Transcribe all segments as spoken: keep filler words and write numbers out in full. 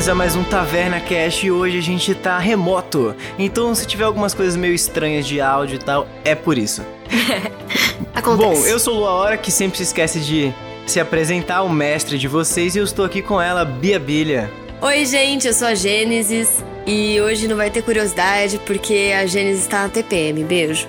a mais um Taverna Cast e hoje a gente tá remoto. Então se tiver algumas coisas meio estranhas de áudio e tal, é por isso. Acontece. Bom, eu sou o Lua Hora, que sempre se esquece de se apresentar, o mestre de vocês, e eu estou aqui com ela, Bia Bilha. Oi, gente, eu sou a Gênesis e hoje não vai ter curiosidade porque a Gênesis tá na T P M. Beijo.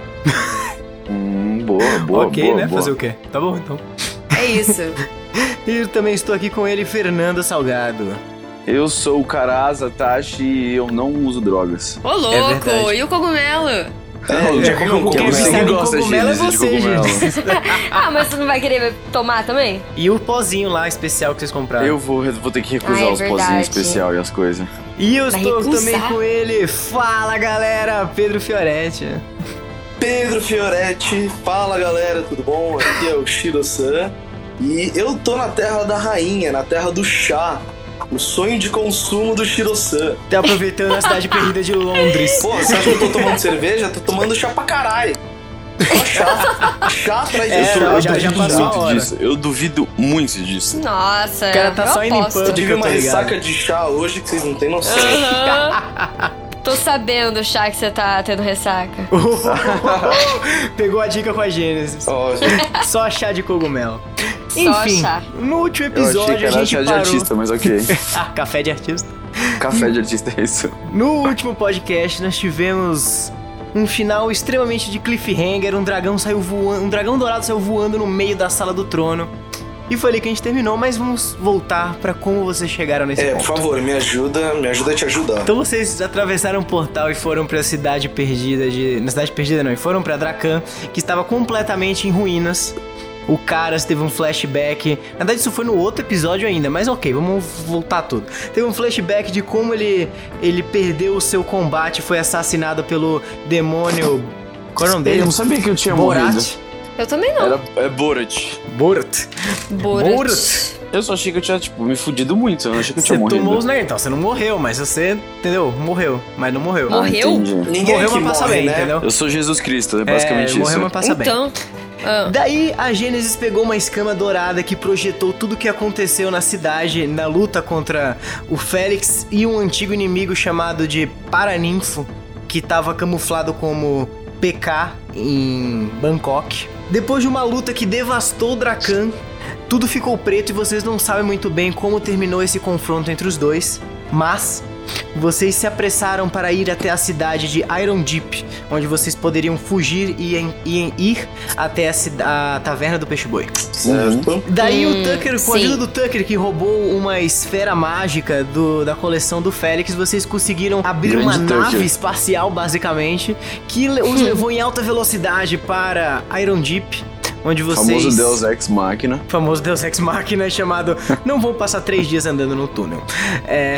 hum, boa, boa, Ok, boa, né? boa. Fazer o quê? Tá bom, então. É isso. E eu também estou aqui com ele, Fernando Salgado. Eu sou o Karaza Tashi e eu não uso drogas. Ô, louco! É verdade. e o cogumelo? É, já comeu um Quem é cogumelo? viciado em gosta de cogumelo é Gênesis de você, cogumelo? gente. Ah, mas você não vai querer tomar também? E o pozinho lá, especial que vocês compraram. Eu vou, vou ter que recusar Ah, é os verdade. pozinhos especial e as coisas. E eu Vai estou recusar? também com ele. Fala, galera! Pedro Fioretti. Pedro Fioretti, fala galera, tudo bom? Aqui é o Shiro-san e eu tô na terra da rainha, na terra do chá, o sonho de consumo do Shiro-san. Tá aproveitando a cidade perdida de Londres. Pô, você acha que eu tô tomando cerveja? Tô tomando chá pra caralho. Só chá. Chá atrás de É, chá. não, já- já duvido passou a muito hora. disso. Eu duvido muito disso. Nossa, O cara tá eu só indo em aposto. pub. Eu tive uma Tá ligado? ressaca de chá hoje que vocês não têm noção. Aham. Tô sabendo, chá, que você tá tendo ressaca. Pegou a dica com a Gênesis. Ó, gente, Só chá de cogumelo. Só Enfim, chá. no último Eu achei episódio que a era gente chá de parou... artista, mas ok. Ah, café de artista. Café de artista é isso. No último podcast nós tivemos um final extremamente de cliffhanger. Um dragão saiu voando, um dragão dourado saiu voando no meio da sala do trono. E foi ali que a gente terminou, mas vamos voltar pra como vocês chegaram nesse é, ponto. por favor, me ajuda, me ajuda a te ajudar. Então vocês atravessaram um portal e foram pra cidade perdida de... Na cidade perdida não, e foram pra Dracan, que estava completamente em ruínas. O Caras teve um flashback. Na verdade isso foi no outro episódio ainda, mas ok, vamos voltar tudo. Teve um flashback de como ele, ele perdeu o seu combate, foi assassinado pelo demônio... Qual é o nome Eu dele? não sabia que eu tinha Borat. morrido. Eu também não. Era, é Borat. Borat. Borat. Borat. Eu só achei que eu tinha, tipo, me fudido muito. Eu não achei que eu Você tinha morrido. tomou os negócios, então você não morreu, mas você, entendeu? Morreu, mas não morreu. Morreu? Ah, entendi. Ninguém Morreu, aqui mas passa morre, bem, né? entendeu? Eu sou Jesus Cristo, é É, basicamente isso. morreu, mas passa bem. Então. Ah. Daí a Gênesis pegou uma escama dourada que projetou tudo o que aconteceu na cidade na luta contra o Félix e um antigo inimigo chamado de Paraninfo, que estava camuflado como P K em Bangkok. Depois de uma luta que devastou o Dracan, tudo ficou preto e vocês não sabem muito bem como terminou esse confronto entre os dois, mas vocês se apressaram para ir até a cidade de Iron Deep, onde vocês poderiam fugir e, em- e ir até a, cida- a taverna do Peixe-Boi. Certo? Daí Hum, o Tucker, com a sim. ajuda do Tucker, que roubou uma esfera mágica do- da coleção do Félix, vocês conseguiram abrir Grande uma Tucker. nave espacial, basicamente, que le- os levou em alta velocidade para Iron Deep, onde vocês... Famoso Deus Ex Machina. famoso Deus Ex Machina chamado não vou passar três dias andando no túnel. É...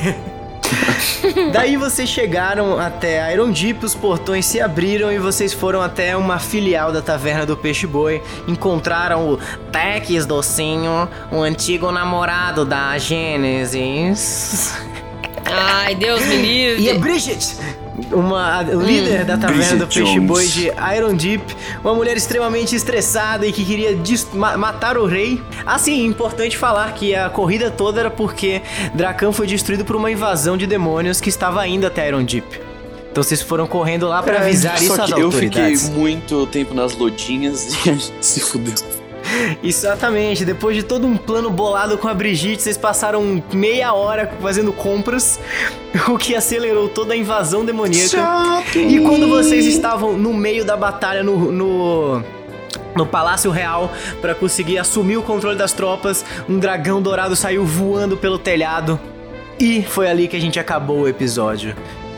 Daí vocês chegaram até Iron Deep, os portões se abriram e vocês foram até uma filial da taverna do Peixe-Boi. Encontraram o Tex Docinho, o antigo namorado da Gênesis. Ai, Deus me livre. E a Bridget, uma líder da taverna do Bridget Peixe-Boi Jones. de Iron Deep, uma mulher extremamente estressada e que queria dis- ma- matar o rei. Assim, importante falar que a corrida toda era porque Dracan foi destruído por uma invasão de demônios que estava indo até Iron Deep. Então vocês foram correndo lá pra avisar Só isso às que eu fiquei autoridades. muito tempo nas lodinhas e a gente se fudeu. Exatamente, depois de todo um plano bolado com a Brigitte, vocês passaram meia hora fazendo compras, o que acelerou toda a invasão demoníaca. E quando vocês estavam no meio da batalha no, no, no Palácio Real para conseguir assumir o controle das tropas, um dragão dourado saiu voando pelo telhado. E foi ali que a gente acabou o episódio.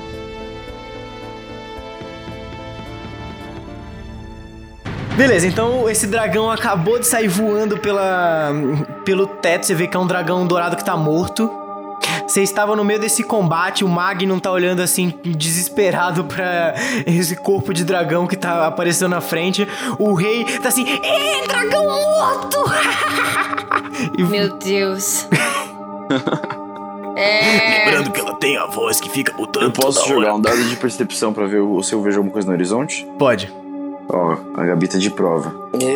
Beleza, então esse dragão acabou de sair voando pela, pelo teto. Você vê que é um dragão dourado que tá morto. Você estava no meio desse combate, o Magnum tá olhando assim, desesperado pra esse corpo de dragão que tá aparecendo na frente. O rei tá assim, é, dragão morto! E Meu Deus. É. lembrando que ela tem a voz que fica mudando Eu posso toda jogar hora. um dado de percepção pra ver o- se eu vejo alguma coisa no horizonte? Pode. Ó, a Gabi tá de prova.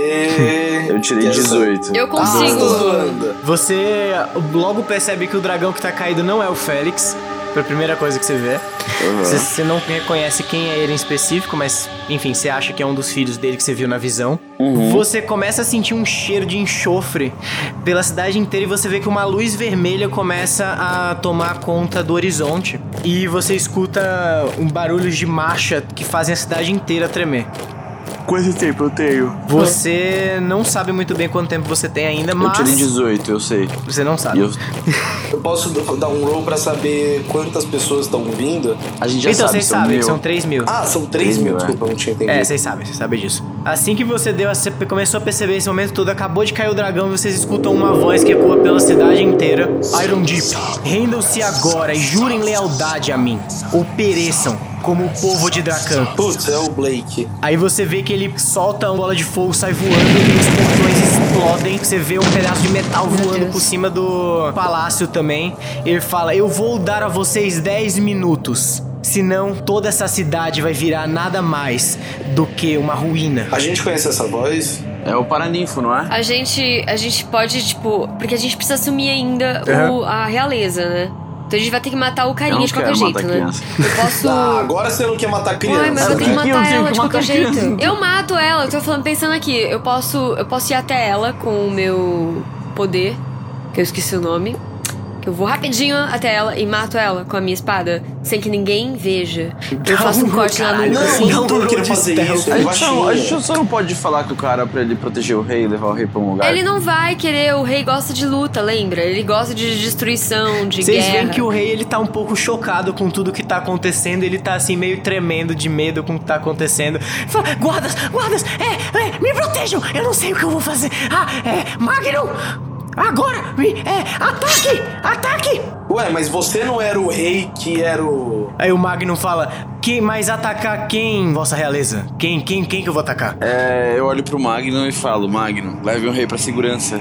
E... Eu tirei dezoito. Eu consigo. Ah, Você logo percebe que o dragão que tá caído não é o Félix. Foi a primeira coisa que você vê. Uhum. Você, você não reconhece quem é ele em específico, mas, enfim, você acha que é um dos filhos dele que você viu na visão. Uhum. Você começa a sentir um cheiro de enxofre pela cidade inteira e você vê que uma luz vermelha começa a tomar conta do horizonte. E você escuta um barulho de marcha que fazem a cidade inteira tremer. Quanto tempo eu tenho? Você não sabe muito bem quanto tempo você tem ainda, mas... Eu tirei dezoito, eu sei. Você não sabe. E eu... eu posso dar um roll pra saber quantas pessoas estão vindo? A gente já Então, sabe, vocês são sabem, mil. são três mil. Ah, são três três mil, mil, desculpa, eu não tinha entendido. É, vocês sabem, vocês sabem disso. Assim que você deu, você começou a perceber esse momento todo, acabou de cair o dragão e vocês escutam uma voz que ecoa pela cidade inteira. Iron Deep, rendam-se agora e jurem lealdade a mim, ou pereçam como o povo de Dracan. Putz, é o Blake. Aí você vê que ele solta uma bola de fogo, sai voando e os portões explodem. Você vê um pedaço de metal Meu voando Deus. por cima do palácio também. Ele fala, eu vou dar a vocês dez minutos. Senão, toda essa cidade vai virar nada mais do que uma ruína. A gente conhece essa voz? É o Paraninfo, não é? A gente, a gente pode, tipo... Porque a gente precisa assumir ainda Uhum. o, a realeza, né? Então a gente vai ter que matar o Eu carinha não de qualquer quero jeito, matar né? criança. Eu posso... Ah, agora você não quer matar a criança. Ai, mas eu tenho que Eu matar tenho que ela de matar qualquer a jeito. criança. Eu mato ela, eu tô falando, pensando aqui. Eu posso, eu posso ir até ela com o meu poder, que eu esqueci o nome. Que eu vou rapidinho até ela e mato ela com a minha espada, sem que ninguém veja. Eu faço um corte lá no... Caralho, Não, Assim, não, não não quero de fazer stealth. isso. A Ele gente, só, a baixinho. gente só não pode falar com o cara pra ele proteger o rei e levar o rei pra um lugar. Ele não vai querer, o rei gosta de luta, lembra? Ele gosta de destruição, de Vocês guerra. veem que o rei, ele tá um pouco chocado com tudo que tá acontecendo. Ele tá assim, meio tremendo de medo com o que tá acontecendo. Ele fala, guardas, guardas, é, é, me protejam. Eu não sei o que eu vou fazer. Ah, é, Magnum, agora, me, é, ataque, ataque. Ué, mas você não era o rei que era o... Aí o Magnum fala, quem mais atacar quem, vossa realeza? Quem, quem, quem que eu vou atacar? É, eu olho pro Magnum e falo, Magnum, leve um rei pra segurança.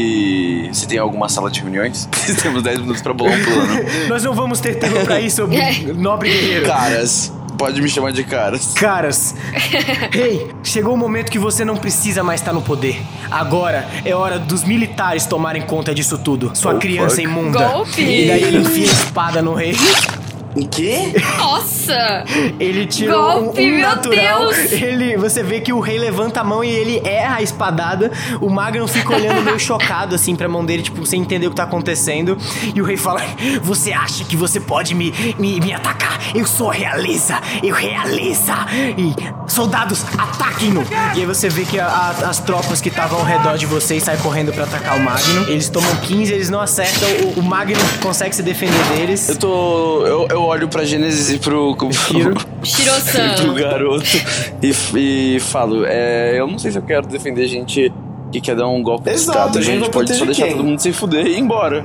E você tem alguma sala de reuniões? Temos dez minutos pra bolar um plano. Nós não vamos ter tempo pra isso, nobre guerreiro. Caras, pode me chamar de caras. Caras, rei, chegou o momento que você não precisa mais estar no poder. Agora é hora dos militares tomarem conta disso tudo. Sua Oh, criança fuck. imunda. Golpe! E daí ele enfia a espada no rei. O quê? Nossa! Ele tirou um, Golpe, um meu natural. Deus! Ele, você vê que o rei levanta a mão e ele erra a espadada. O Magnum fica olhando meio chocado assim pra mão dele, tipo, sem entender o que tá acontecendo. E o rei fala: você acha que você pode me, me, me atacar? Eu sou a realeza! Eu realiza! E soldados, ataquem-no! E aí você vê que a, a, as tropas que estavam ao redor de vocês saem correndo pra atacar o Magnum. Eles tomam quinze, eles não acertam. O, o Magnum consegue se defender deles. Eu tô. Eu, eu olho pra Gênesis e pro. pro Shiro. Shiro-san. pro garoto e, e falo, é, eu não sei se eu quero defender gente que quer dar um golpe de Exato, estado. a A gente gente vai pode só proteger deixar quem? todo mundo se fuder e ir embora.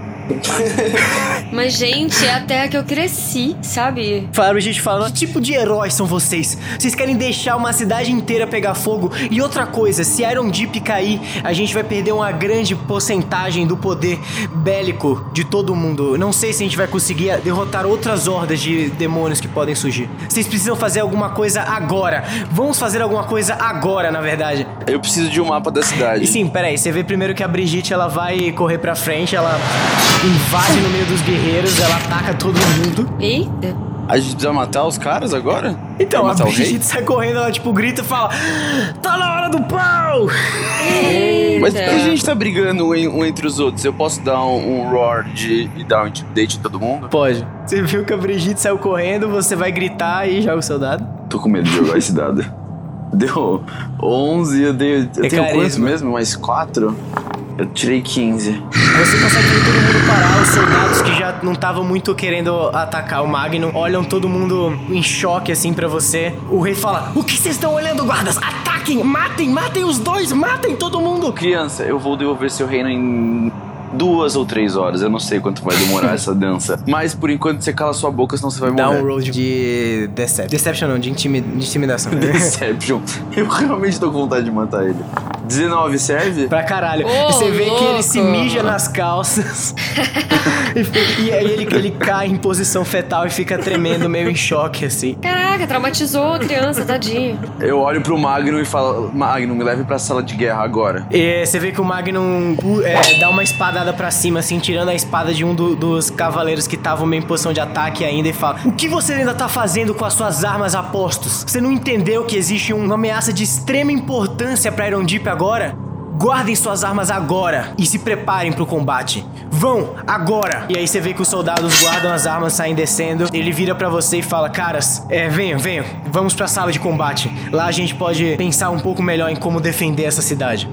Mas, gente, é a terra que eu cresci, sabe? Falaram, a gente fala, que tipo de heróis são vocês? Vocês querem deixar uma cidade inteira pegar fogo? E outra coisa, se Iron Deep cair, a gente vai perder uma grande porcentagem do poder bélico de todo mundo. Não sei se a gente vai conseguir derrotar outras hordas de demônios que podem surgir. Vocês precisam fazer alguma coisa agora. Vamos fazer alguma coisa agora, na verdade. Eu preciso de um mapa da cidade. E sim, peraí, você vê primeiro que a Brigitte, ela vai correr pra frente, ela invade no meio dos guerreiros, ela ataca todo mundo. Eita. A gente precisa matar os caras agora? Então, Vai a matar o rei? Brigitte sai correndo, ela tipo grita e fala: tá na hora do pau! Eita. Mas a gente tá brigando um entre os outros. Eu posso dar um, um roar de, e dar um intimidate em todo mundo? Pode. Você viu que a Brigitte saiu correndo, você vai gritar e joga o seu dado. Tô com medo de jogar esse dado. Deu onze, eu dei. Eu É tenho quantos carisma. mesmo? Mais quatro? Eu tirei quinze. Você consegue ver todo mundo parar, os soldados que já não estavam muito querendo atacar o Magnum, olham todo mundo em choque assim pra você. O rei fala: o que vocês estão olhando, guardas? Ataquem, matem, matem os dois, matem todo mundo! Criança, eu vou devolver seu reino em duas ou três horas. Eu não sei quanto vai demorar essa dança. Mas por enquanto você cala sua boca, senão você vai Dá morrer. um roll de Deception. Deception não, de, intimi- de intimidação. Deception. Eu realmente tô com vontade de matar ele. dezenove serve? Pra caralho. Ô, E você vê que ele se louco. mija nas calças. e, e aí ele, ele cai em posição fetal e fica tremendo, meio em choque, assim. Caraca, traumatizou a criança, tadinho. Eu olho pro Magnum e falo, Magnum, me leve pra sala de guerra agora. E você vê que o Magnum é, dá uma espadada pra cima, assim, tirando a espada de um do- dos cavaleiros que estavam meio em posição de ataque ainda e fala: o que você ainda tá fazendo com as suas armas a postos? Você não entendeu que existe uma ameaça de extrema importância pra Iron Deep agora? Guardem suas armas agora e se preparem pro combate. Vão, agora! E aí você vê que os soldados guardam as armas, saem descendo. Ele vira pra você e fala: caras, é, venham, venham. Vamos pra sala de combate. Lá a gente pode pensar um pouco melhor em como defender essa cidade.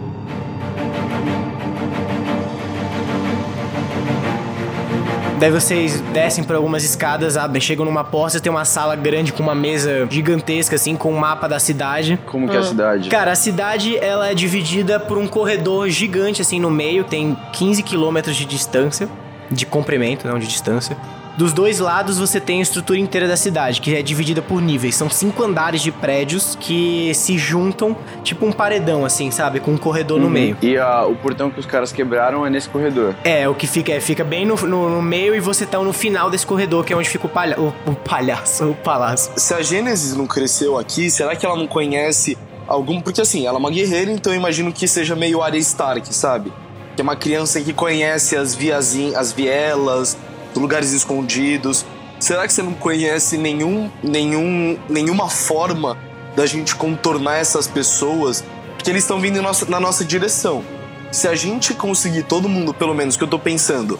Daí vocês descem por algumas escadas, abrem, chegam numa porta, tem uma sala grande com uma mesa gigantesca, assim, com um mapa da cidade. Como que é a cidade? Cara, a cidade, ela é dividida por um corredor gigante, assim, no meio. Tem quinze quilômetros de distância, de comprimento, não de distância. Dos dois lados você tem a estrutura inteira da cidade, que é dividida por níveis. São cinco andares de prédios que se juntam, tipo um paredão, assim, sabe? Com um corredor no meio. E a, o portão que os caras quebraram é nesse corredor. É, o que fica é, fica bem no, no, no meio e você tá no final desse corredor, que é onde fica o, palha o, o palhaço, o palácio. Se a Gênesis não cresceu aqui, será que ela não conhece algum... Porque assim, ela é uma guerreira, então eu imagino que seja meio Arya Stark, sabe? Que é uma criança que conhece as viazinhas, as vielas, lugares escondidos. Será que você não conhece nenhum, nenhum, nenhuma forma da gente contornar essas pessoas? Porque eles estão vindo em nossa, na nossa direção. Se a gente conseguir, todo mundo, pelo menos, que eu tô pensando,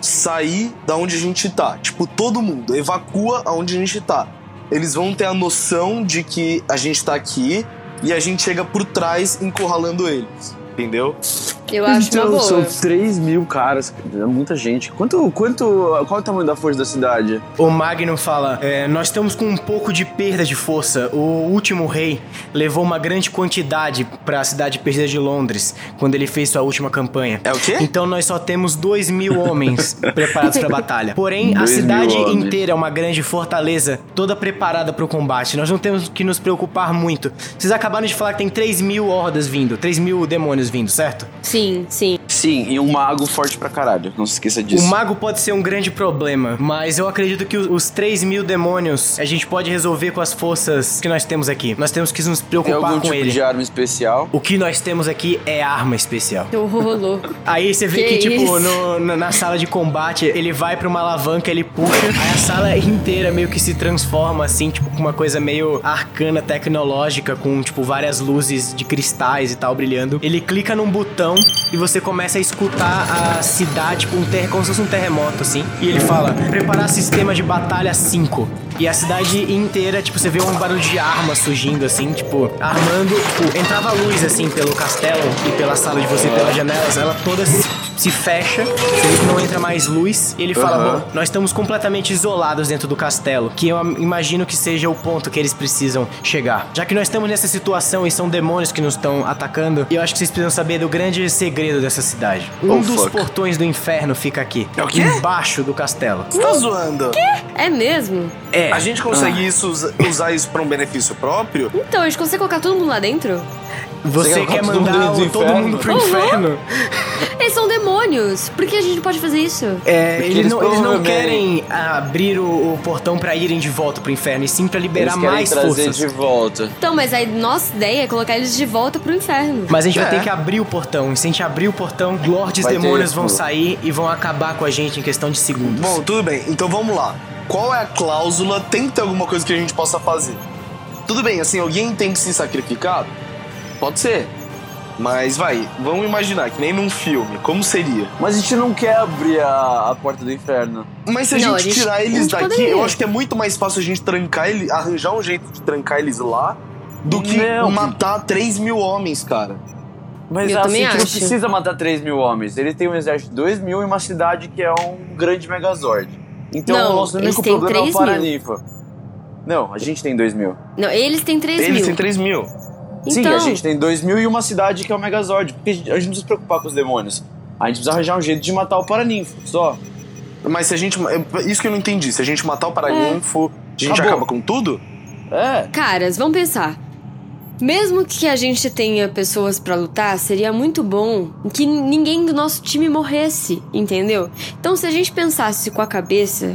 sair da onde a gente tá, tipo, todo mundo, evacua aonde a gente tá. Eles vão ter a noção de que a gente tá aqui e a gente chega por trás encurralando eles. Entendeu? Eu acho uma boa. São três mil caras, é muita gente. Quanto, quanto, qual é o tamanho da força da cidade? O Magnum fala: é, nós estamos com um pouco de perda de força. O último rei levou uma grande quantidade para a cidade perdida de Londres quando ele fez sua última campanha. É o quê? Então nós só temos dois mil homens preparados para a batalha. Porém, a Dois cidade mil homens. inteira é uma grande fortaleza, toda preparada para o combate. Nós não temos que nos preocupar muito. Vocês acabaram de falar que tem três mil hordas vindo, três mil demônios vindo, certo? Sim, sim. Sim, e um mago forte pra caralho, não se esqueça disso. O mago pode ser um grande problema, mas eu acredito que os, os três mil demônios a gente pode resolver com as forças que nós temos aqui. Nós temos que nos Tem preocupar algum com tipo ele. de arma especial? O que nós temos aqui é arma especial. Ô, louco. Aí você vê que, Que tipo, isso? no- na, na sala de combate, ele vai pra uma alavanca, ele puxa, aí a sala inteira meio que se transforma, assim, tipo, com uma coisa meio arcana, tecnológica, com, tipo, várias luzes de cristais e tal brilhando. Ele clica num botão e você começa a escutar a cidade, tipo, um ter como se fosse um terremoto, assim. E ele fala: preparar sistema de batalha cinco. E a cidade inteira, tipo, você vê um barulho de arma surgindo, assim, tipo, armando. Tipo, entrava luz, assim, pelo castelo e pela sala de você, pelas janelas. Ela toda se, se fecha, você vê que não entra mais luz. E ele fala: Aham. bom, nós estamos completamente isolados dentro do castelo, que eu imagino que seja o ponto que eles precisam chegar. Já que nós estamos nessa situação e são demônios que nos estão atacando, eu acho que vocês precisam saber do grande segredo dessa cidade. Um Oh, dos fuck. portões do inferno fica aqui. É o quê? Embaixo do castelo. Você tá zoando? É mesmo? É. A gente consegue isso, usa- usar isso pra um benefício próprio? Então, a gente consegue colocar todo mundo lá dentro? Você Você quer quer todo mundo mandar do o- todo inferno? mundo pro Uhum. inferno? Eles são demônios. Por que a gente não pode fazer isso? É, Porque eles, eles não, eles não provavelmente- querem abrir o, o portão pra irem de volta pro inferno, e sim pra liberar Eles querem mais trazer forças. de volta. Então, mas a nossa ideia é colocar eles de volta pro inferno. Mas a gente vai É. ter que abrir o portão. E se a gente abrir o portão, lordes Vai ter, demônios vão tipo- sair e vão acabar com a gente em questão de segundos. Bom, tudo bem. Então vamos lá. Qual é a cláusula? Tem que ter alguma coisa que a gente possa fazer. Tudo bem, assim, alguém tem que se sacrificar? Pode ser. Mas vai, vamos imaginar, que nem num filme. Como seria? Mas a gente não quer abrir a, a porta do inferno. Mas se a Não, gente, a gente- tirar a eles gente daqui, poderia. eu acho que é muito mais fácil a gente trancar eles, arranjar um jeito de trancar eles lá, do que Não. matar três mil homens, cara. Mas Eu assim, também a gente não acho. precisa matar três mil homens. Ele tem um exército de dois mil e uma cidade que é um grande megazord. Então Não, o nosso eles único têm problema é o três mil. Paraninfa. Não, a gente tem dois mil. Não, eles têm três Eles mil. têm três mil. Sim, Então, a gente tem dois mil e uma cidade que é o Megazord. Porque a gente a gente não precisa se preocupar com os demônios. A gente precisa arranjar um jeito de matar o Paraninfo, só. Mas se a gente. Isso que eu não entendi. Se a gente matar o Paraninfo, a gente Acabou. acaba com tudo? É. caras, vamos pensar. Mesmo que a gente tenha pessoas pra lutar, seria muito bom que ninguém do nosso time morresse, entendeu? Então se a gente pensasse com a cabeça...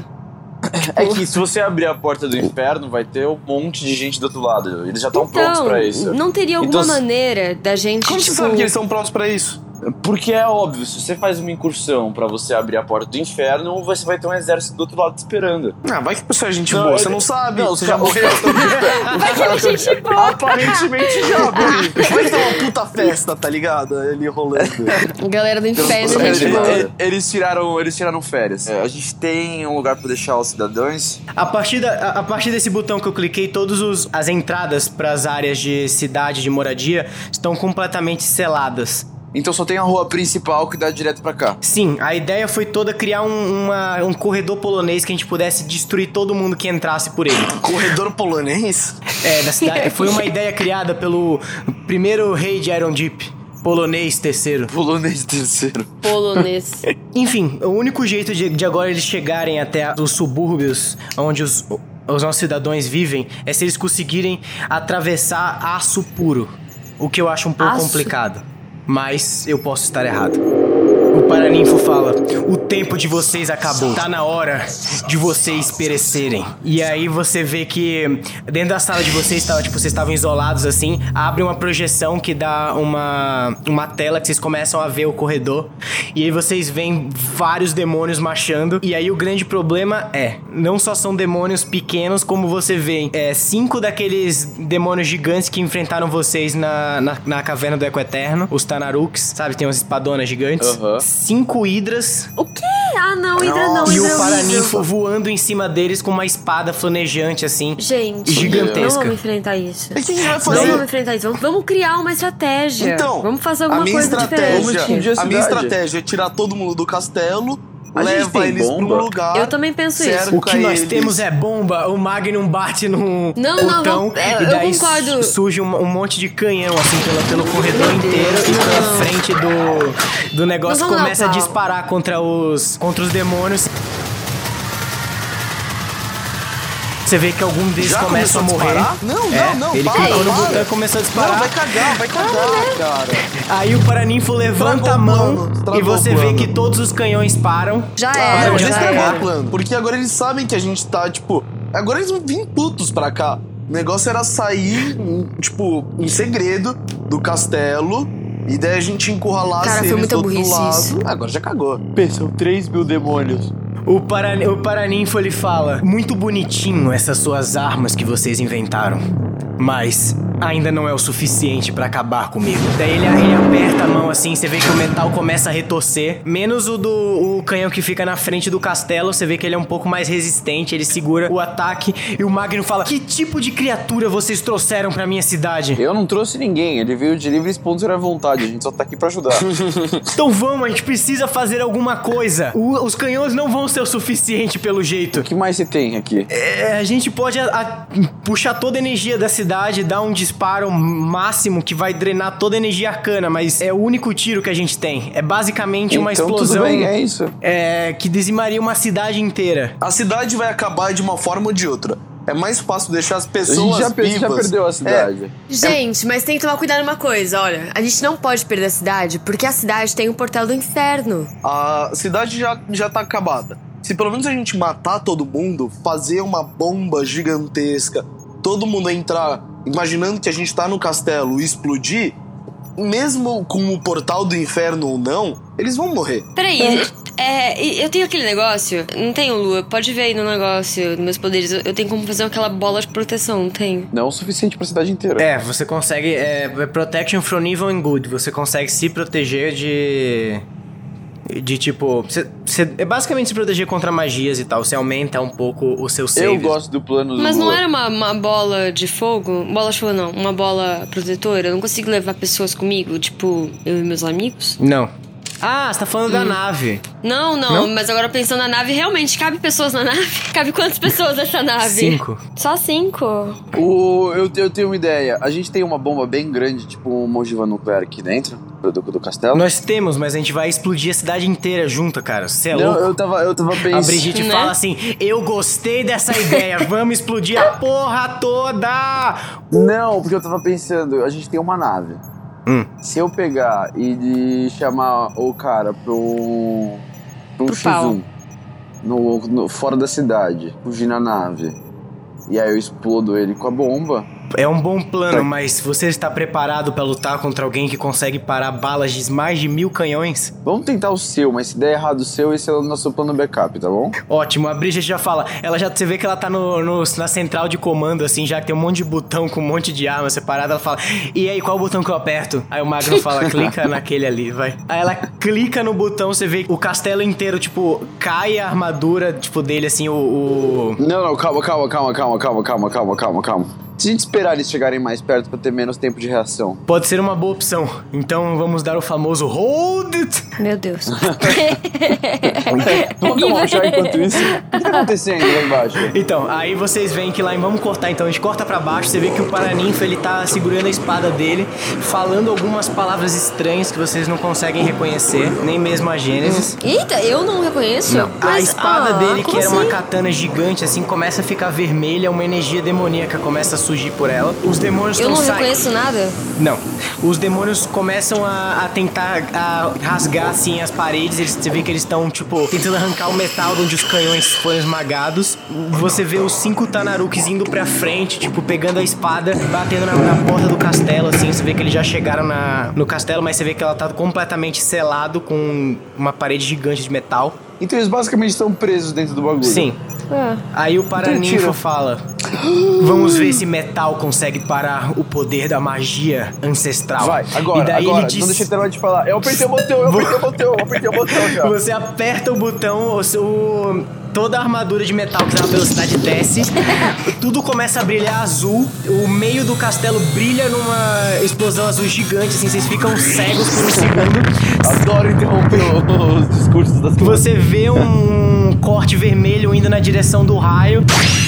É que se você abrir a porta do inferno, vai ter um monte de gente do outro lado. Eles já estão então, prontos pra isso. Não teria alguma então, maneira da gente, Como tipo... você sabe que eles estão prontos pra isso? Porque é óbvio, se você faz uma incursão pra você abrir a porta do inferno, você vai ter um exército do outro lado te esperando. Ah, vai que a pessoa é gente Não, boa, ele- você não sabe. Não, você os já ca- os morreu. Vai que ele é gente boa. Aparentemente já, Guri. Vai ter uma puta festa, tá ligado? Ele rolando. Galera do inferno, Eles, gente boa. eles- eles tiraram, eles tiraram férias. É, a gente tem um lugar pra deixar os cidadãos. A partir, da, a, a partir desse botão que eu cliquei, todas os, as entradas para as áreas de cidade, de moradia, estão completamente seladas. Então só tem a rua principal que dá direto pra cá. Sim, a ideia foi toda criar um, uma, um corredor polonês que a gente pudesse destruir todo mundo que entrasse por ele. Corredor polonês? É, da cidade. Foi uma ideia criada pelo primeiro rei de Iron Deep, polonês terceiro. Polonês terceiro. Polonês. Enfim, o único jeito de, de agora eles chegarem até os subúrbios onde os, os nossos cidadãos vivem é se eles conseguirem atravessar aço puro. O que eu acho um pouco Aço? complicado. Mas eu posso estar errado. O Paraninfo fala: o tempo de vocês acabou. Tá na hora de vocês perecerem. E aí você vê que dentro da sala de vocês, tava, tipo, vocês estavam isolados assim. Abre uma projeção que dá uma, uma tela que vocês começam a ver o corredor. E aí vocês veem vários demônios marchando. E aí o grande problema é, não só são demônios pequenos, como você vê, é, cinco daqueles demônios gigantes que enfrentaram vocês na, na, na caverna do Eco Eterno. Os Tanaruks, sabe? Tem umas espadonas gigantes. Aham. Cinco hidras O quê? Ah, não, Hidra não, e Hidra o é Paraninfo horrível. voando em cima deles com uma espada flanejante, assim. Gente, Gigantesca. não vamos enfrentar isso. E o que a gente vai Não fazer? vamos enfrentar isso. Vamos, vamos criar uma estratégia. Então, vamos fazer a alguma minha coisa estratégia, diferente. explodir a a minha cidade. estratégia é tirar todo mundo do castelo, A gente leva tem eles pra bomba? um lugar. Eu também penso isso. cerca O que nós eles. temos é bomba, o Magnum bate num Não, não, botão vamos- é, e eu daí concordo. su- surge um, um monte de canhão, assim, pelo, pelo corredor inteiro e pela frente do, do negócio Não vamos dar começa a pau. disparar contra os, contra os demônios. Você vê que algum deles Já começa a começou morrer. disparar? Não, É, não, não, ele para, clicou no para. botão e começou a disparar. Não, vai cagar, vai cagar, cara. Aí o Paraninfo levanta Estragou a o mão plano, estragou e você o vê plano. que todos os canhões param. Já Ah, era, não, já já estragou era. o plano. Porque agora eles sabem que a gente tá, tipo... Agora eles vão vir putos pra cá. O negócio era sair, tipo, em segredo do castelo. E daí a gente encurralasse Cara, foi eles muita do outro burrice lado. isso. Agora já cagou. São três mil demônios. O, para, o Paraninfo, ele fala: muito bonitinho essas suas armas que vocês inventaram, mas ainda não é o suficiente pra acabar comigo. Daí ele, ele aperta a mão assim, você vê que o metal começa a retorcer. Menos o do o canhão que fica na frente do castelo, você vê que ele é um pouco mais resistente, ele segura o ataque. E o Magno fala: que tipo de criatura vocês trouxeram pra minha cidade? Eu não trouxe ninguém, ele veio de livre e espontânea vontade, a gente só tá aqui pra ajudar. Então vamos, a gente precisa fazer alguma coisa. O- os canhões não vão ser o suficiente pelo jeito. O que mais você tem aqui? É, a gente pode a- a- puxar toda a energia da cidade, dar um disparo máximo que vai drenar toda a energia arcana, mas é o único tiro que a gente tem. É basicamente uma Então, explosão tudo bem, é isso. é, que dizimaria uma cidade inteira. A cidade vai acabar de uma forma ou de outra. É mais fácil deixar as A pessoas gente já, per- vivas. já perdeu a cidade. Gente, mas tem que tomar cuidado numa coisa, olha. A gente não pode perder a cidade, porque a cidade tem o portal do inferno. A cidade já, já tá acabada. Se pelo menos a gente matar todo mundo, fazer uma bomba gigantesca, todo mundo entrar imaginando que a gente tá no castelo e explodir, mesmo com o portal do inferno ou não, eles vão morrer. Peraí, é, eu tenho aquele negócio. Não tenho, Lua. Pode ver aí no negócio, nos meus poderes. Eu eu tenho como fazer aquela bola de proteção, não tenho. Não é o suficiente pra cidade inteira. É, você consegue. É, protection from evil and good. Você consegue se proteger de. De tipo. Você, você- é basicamente se proteger contra magias e tal. Você aumenta um pouco o seu save. Eu gosto do plano do Mas não Lua. era uma, uma bola de fogo? Bola de fogo não, uma bola protetora? Eu não consigo levar pessoas comigo, tipo, eu e meus amigos? Não. Ah, você tá falando da nave. Não, não, Não? mas agora pensando na nave, realmente, cabe pessoas na nave? Cabe quantas pessoas nessa nave? Cinco. Só cinco. O, eu, eu tenho uma ideia. A gente tem uma bomba bem grande, tipo uma ogiva nuclear aqui dentro do, do, do castelo. Nós temos, mas a gente vai explodir a cidade inteira junta, cara. Você é Não, louco? eu tava, eu tava pensando. A Brigitte Né? fala assim, eu gostei dessa ideia, vamos explodir a porra toda! Não, porque eu tava pensando, a gente tem uma nave. Hum. Se eu pegar e de chamar o cara pra um, pra um Pro X pau. um no, no, fora da cidade, fugir na nave, e aí eu explodo ele com a bomba. É um bom plano, Tá. mas você está preparado pra lutar contra alguém que consegue parar balas de mais de mil canhões? Vamos tentar o seu, mas se der errado o seu, esse é o nosso plano backup, tá bom? Ótimo, a Brigitte já fala, ela já, você vê que ela tá no, no- na central de comando, assim, já que tem um monte de botão com um monte de arma separada, ela fala, e aí, qual botão que eu aperto? Aí o Magno fala, clica naquele ali, vai. Aí ela clica no botão, você vê o castelo inteiro, tipo, cai a armadura, tipo, dele, assim, o... o... Não, não, calma, calma, calma, calma, calma, calma, calma, calma, calma. Se a gente esperar eles chegarem mais perto pra ter menos tempo de reação. Pode ser uma boa opção. Então vamos dar o famoso hold it. Meu Deus. Vamos tomar um chá enquanto isso? O que tá acontecendo lá embaixo? Então, aí vocês veem que lá em... Vamos cortar então, a gente corta pra baixo, você vê que o Paraninfo, ele tá segurando a espada dele, falando algumas palavras estranhas que vocês não conseguem reconhecer, nem mesmo a Gênesis. Eita, eu não reconheço? Não, a Mas, espada ah, dele, que como era uma assim? katana gigante, assim, começa a ficar vermelha, uma energia demoníaca começa a surgir por ela. Os demônios Eu estão não saindo... reconheço nada? Não. Os demônios começam a, a tentar a rasgar, assim, as paredes. Eles, você vê que eles estão, tipo, tentando arrancar o metal de onde os canhões foram esmagados. Você vê os cinco Tanaruks indo pra frente, tipo, pegando a espada, batendo na, na porta do castelo, assim. Você vê que eles já chegaram na, no castelo, mas você vê que ela tá completamente selado com uma parede gigante de metal. Então eles basicamente estão presos dentro do bagulho. Sim. É. Aí o Paraninfo Mentira. fala: vamos ver se metal consegue parar o poder da magia ancestral. Vai, agora, e daí agora, ele diz... não deixa eu terminar de falar. Eu apertei o botão, eu apertei o botão, eu apertei o botão já. Você aperta o botão, o seu- toda a armadura de metal que dá uma velocidade desce, tudo começa a brilhar azul, o meio do castelo brilha numa explosão azul gigante, assim, vocês ficam cegos por um segundo. Adoro interromper os discursos das crianças. Você vê um corte vermelho indo na direção do raio.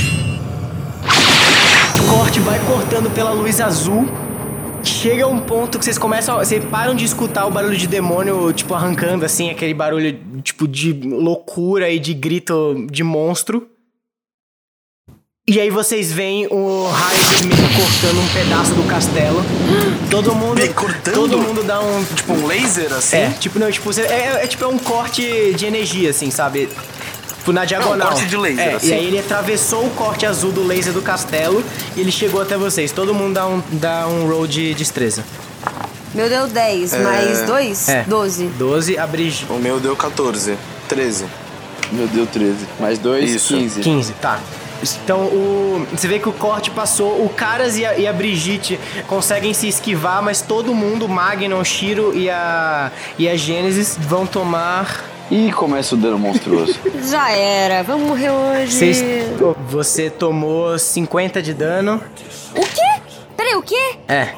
O corte vai cortando pela luz azul. Chega um ponto que vocês começam, vocês param de escutar o barulho de demônio, tipo, arrancando, assim, aquele barulho, tipo, de loucura e de grito de monstro. E aí vocês veem o raio vermelho cortando um pedaço do castelo. Todo mundo... Me cortando? Todo mundo dá um... Tipo um laser, assim? É, tipo, não, tipo, você- é, é tipo é um corte de energia, assim, sabe? Tipo, na diagonal. corte de laser, é, assim. E aí ele atravessou o corte azul do laser do castelo e ele chegou até vocês. Todo mundo dá um, dá um roll de destreza. Meu deu dez, mais dois? É. doze. doze, a Brigitte. O meu deu catorze. treze. Meu Deus, treze. Mais dois, Isso. quinze. quinze, tá. Então, o, você vê que o corte passou, o Caras e a, e a Brigitte conseguem se esquivar, mas todo mundo, o Magnum, o Shiro e a, e a Gênesis, vão tomar... E começa o dano monstruoso. Já era, vamos morrer hoje. Seis, você tomou cinquenta de dano. O quê? Peraí, o quê? É.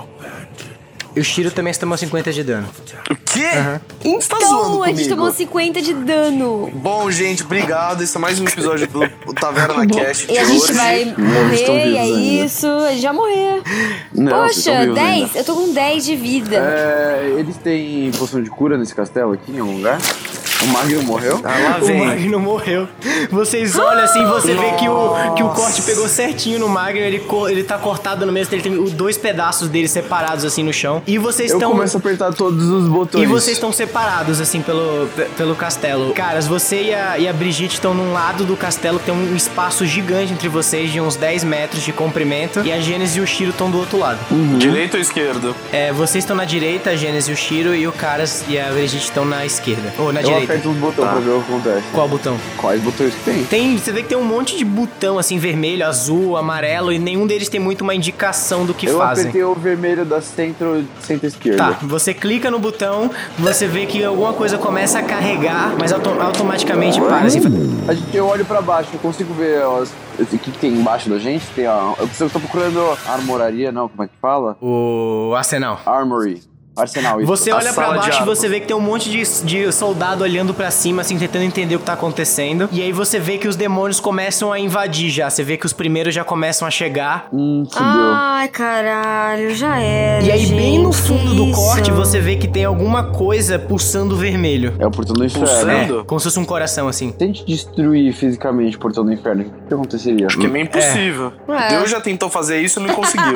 E o Shiro também tomou cinquenta de dano. O quê? Então, Você tá zoando a gente comigo? tomou cinquenta de dano. Bom, gente, obrigado. Esse é mais um episódio do o Taverna Cast de E a gente hoje. vai estão morrer, e é vivos ainda. isso. A gente vai morrer. Não, vocês estão Poxa, vivos dez. ainda. Eu tô com dez de vida. É, eles têm poção de cura nesse castelo aqui, em algum lugar? O Magno morreu? Ah, lá O vem. Magno morreu. Vocês olham assim, você vê que o, que o corte pegou certinho no Magno. Ele, co- ele tá cortado no meio, ele tem os dois pedaços dele separados assim no chão. E vocês Eu estão... começo a apertar todos os botões. E vocês estão separados, assim, pelo, pe- pelo castelo. Caras, você e a, e a Brigitte estão num lado do castelo, tem um espaço gigante entre vocês, de uns dez metros de comprimento. E a Gênesis e o Shiro estão do outro lado. Direito ou esquerdo? É, vocês estão na direita, a Gênesis e o Shiro, e o Caras e a Brigitte estão na esquerda. Ou na Eu direita. aperto os botões Tá. pra ver o que acontece. Qual botão? Quais botões que tem? Tem, você vê que tem um monte de botão, assim, vermelho, azul, amarelo, e nenhum deles tem muito uma indicação do que Eu fazem. apertei o vermelho da centro, centro-esquerda. Tá, você clica no botão, você vê que alguma coisa começa a carregar, mas auto- automaticamente para, assim. A gente, eu olho pra baixo, eu consigo ver as- o que, que tem embaixo da gente. Tem a, eu, eu tô procurando a armoraria, não, como é que fala? O arsenal. Armory. Arsenal, isso. Você A olha pra sala de baixo e armas. você vê que tem um monte de, de soldado olhando pra cima, assim, tentando entender o que tá acontecendo. E aí você vê que os demônios começam a invadir já. Você vê que os primeiros já começam a chegar. Hum, fudeu. Ai, caralho, já era. E aí, gente, bem no fundo que do isso? corte, você vê que tem alguma coisa pulsando vermelho. É o portão do inferno. Pulsando? É, como se fosse um coração, assim. Se a gente destruir fisicamente o portão do inferno, o que aconteceria? Acho que é meio impossível. É. Deus já tentou fazer isso e não conseguiu.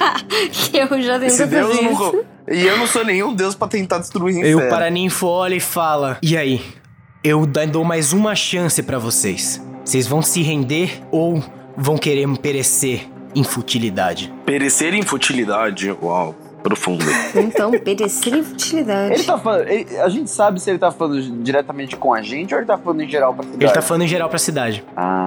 Eu já tenho Se que Deus fazer não... isso. co- E eu não sou nenhum Deus pra tentar destruir o E inferno. o Paraninfo olha e fala: E aí? Eu da- dou mais uma chance pra vocês. Vocês vão se render ou vão querer perecer em futilidade? Perecer em futilidade, uau, profundo. Então, perecer em futilidade. Ele tá falando. ele- a gente sabe se ele tá falando diretamente com a gente ou ele tá falando em geral pra cidade? Ele tá falando em geral pra cidade.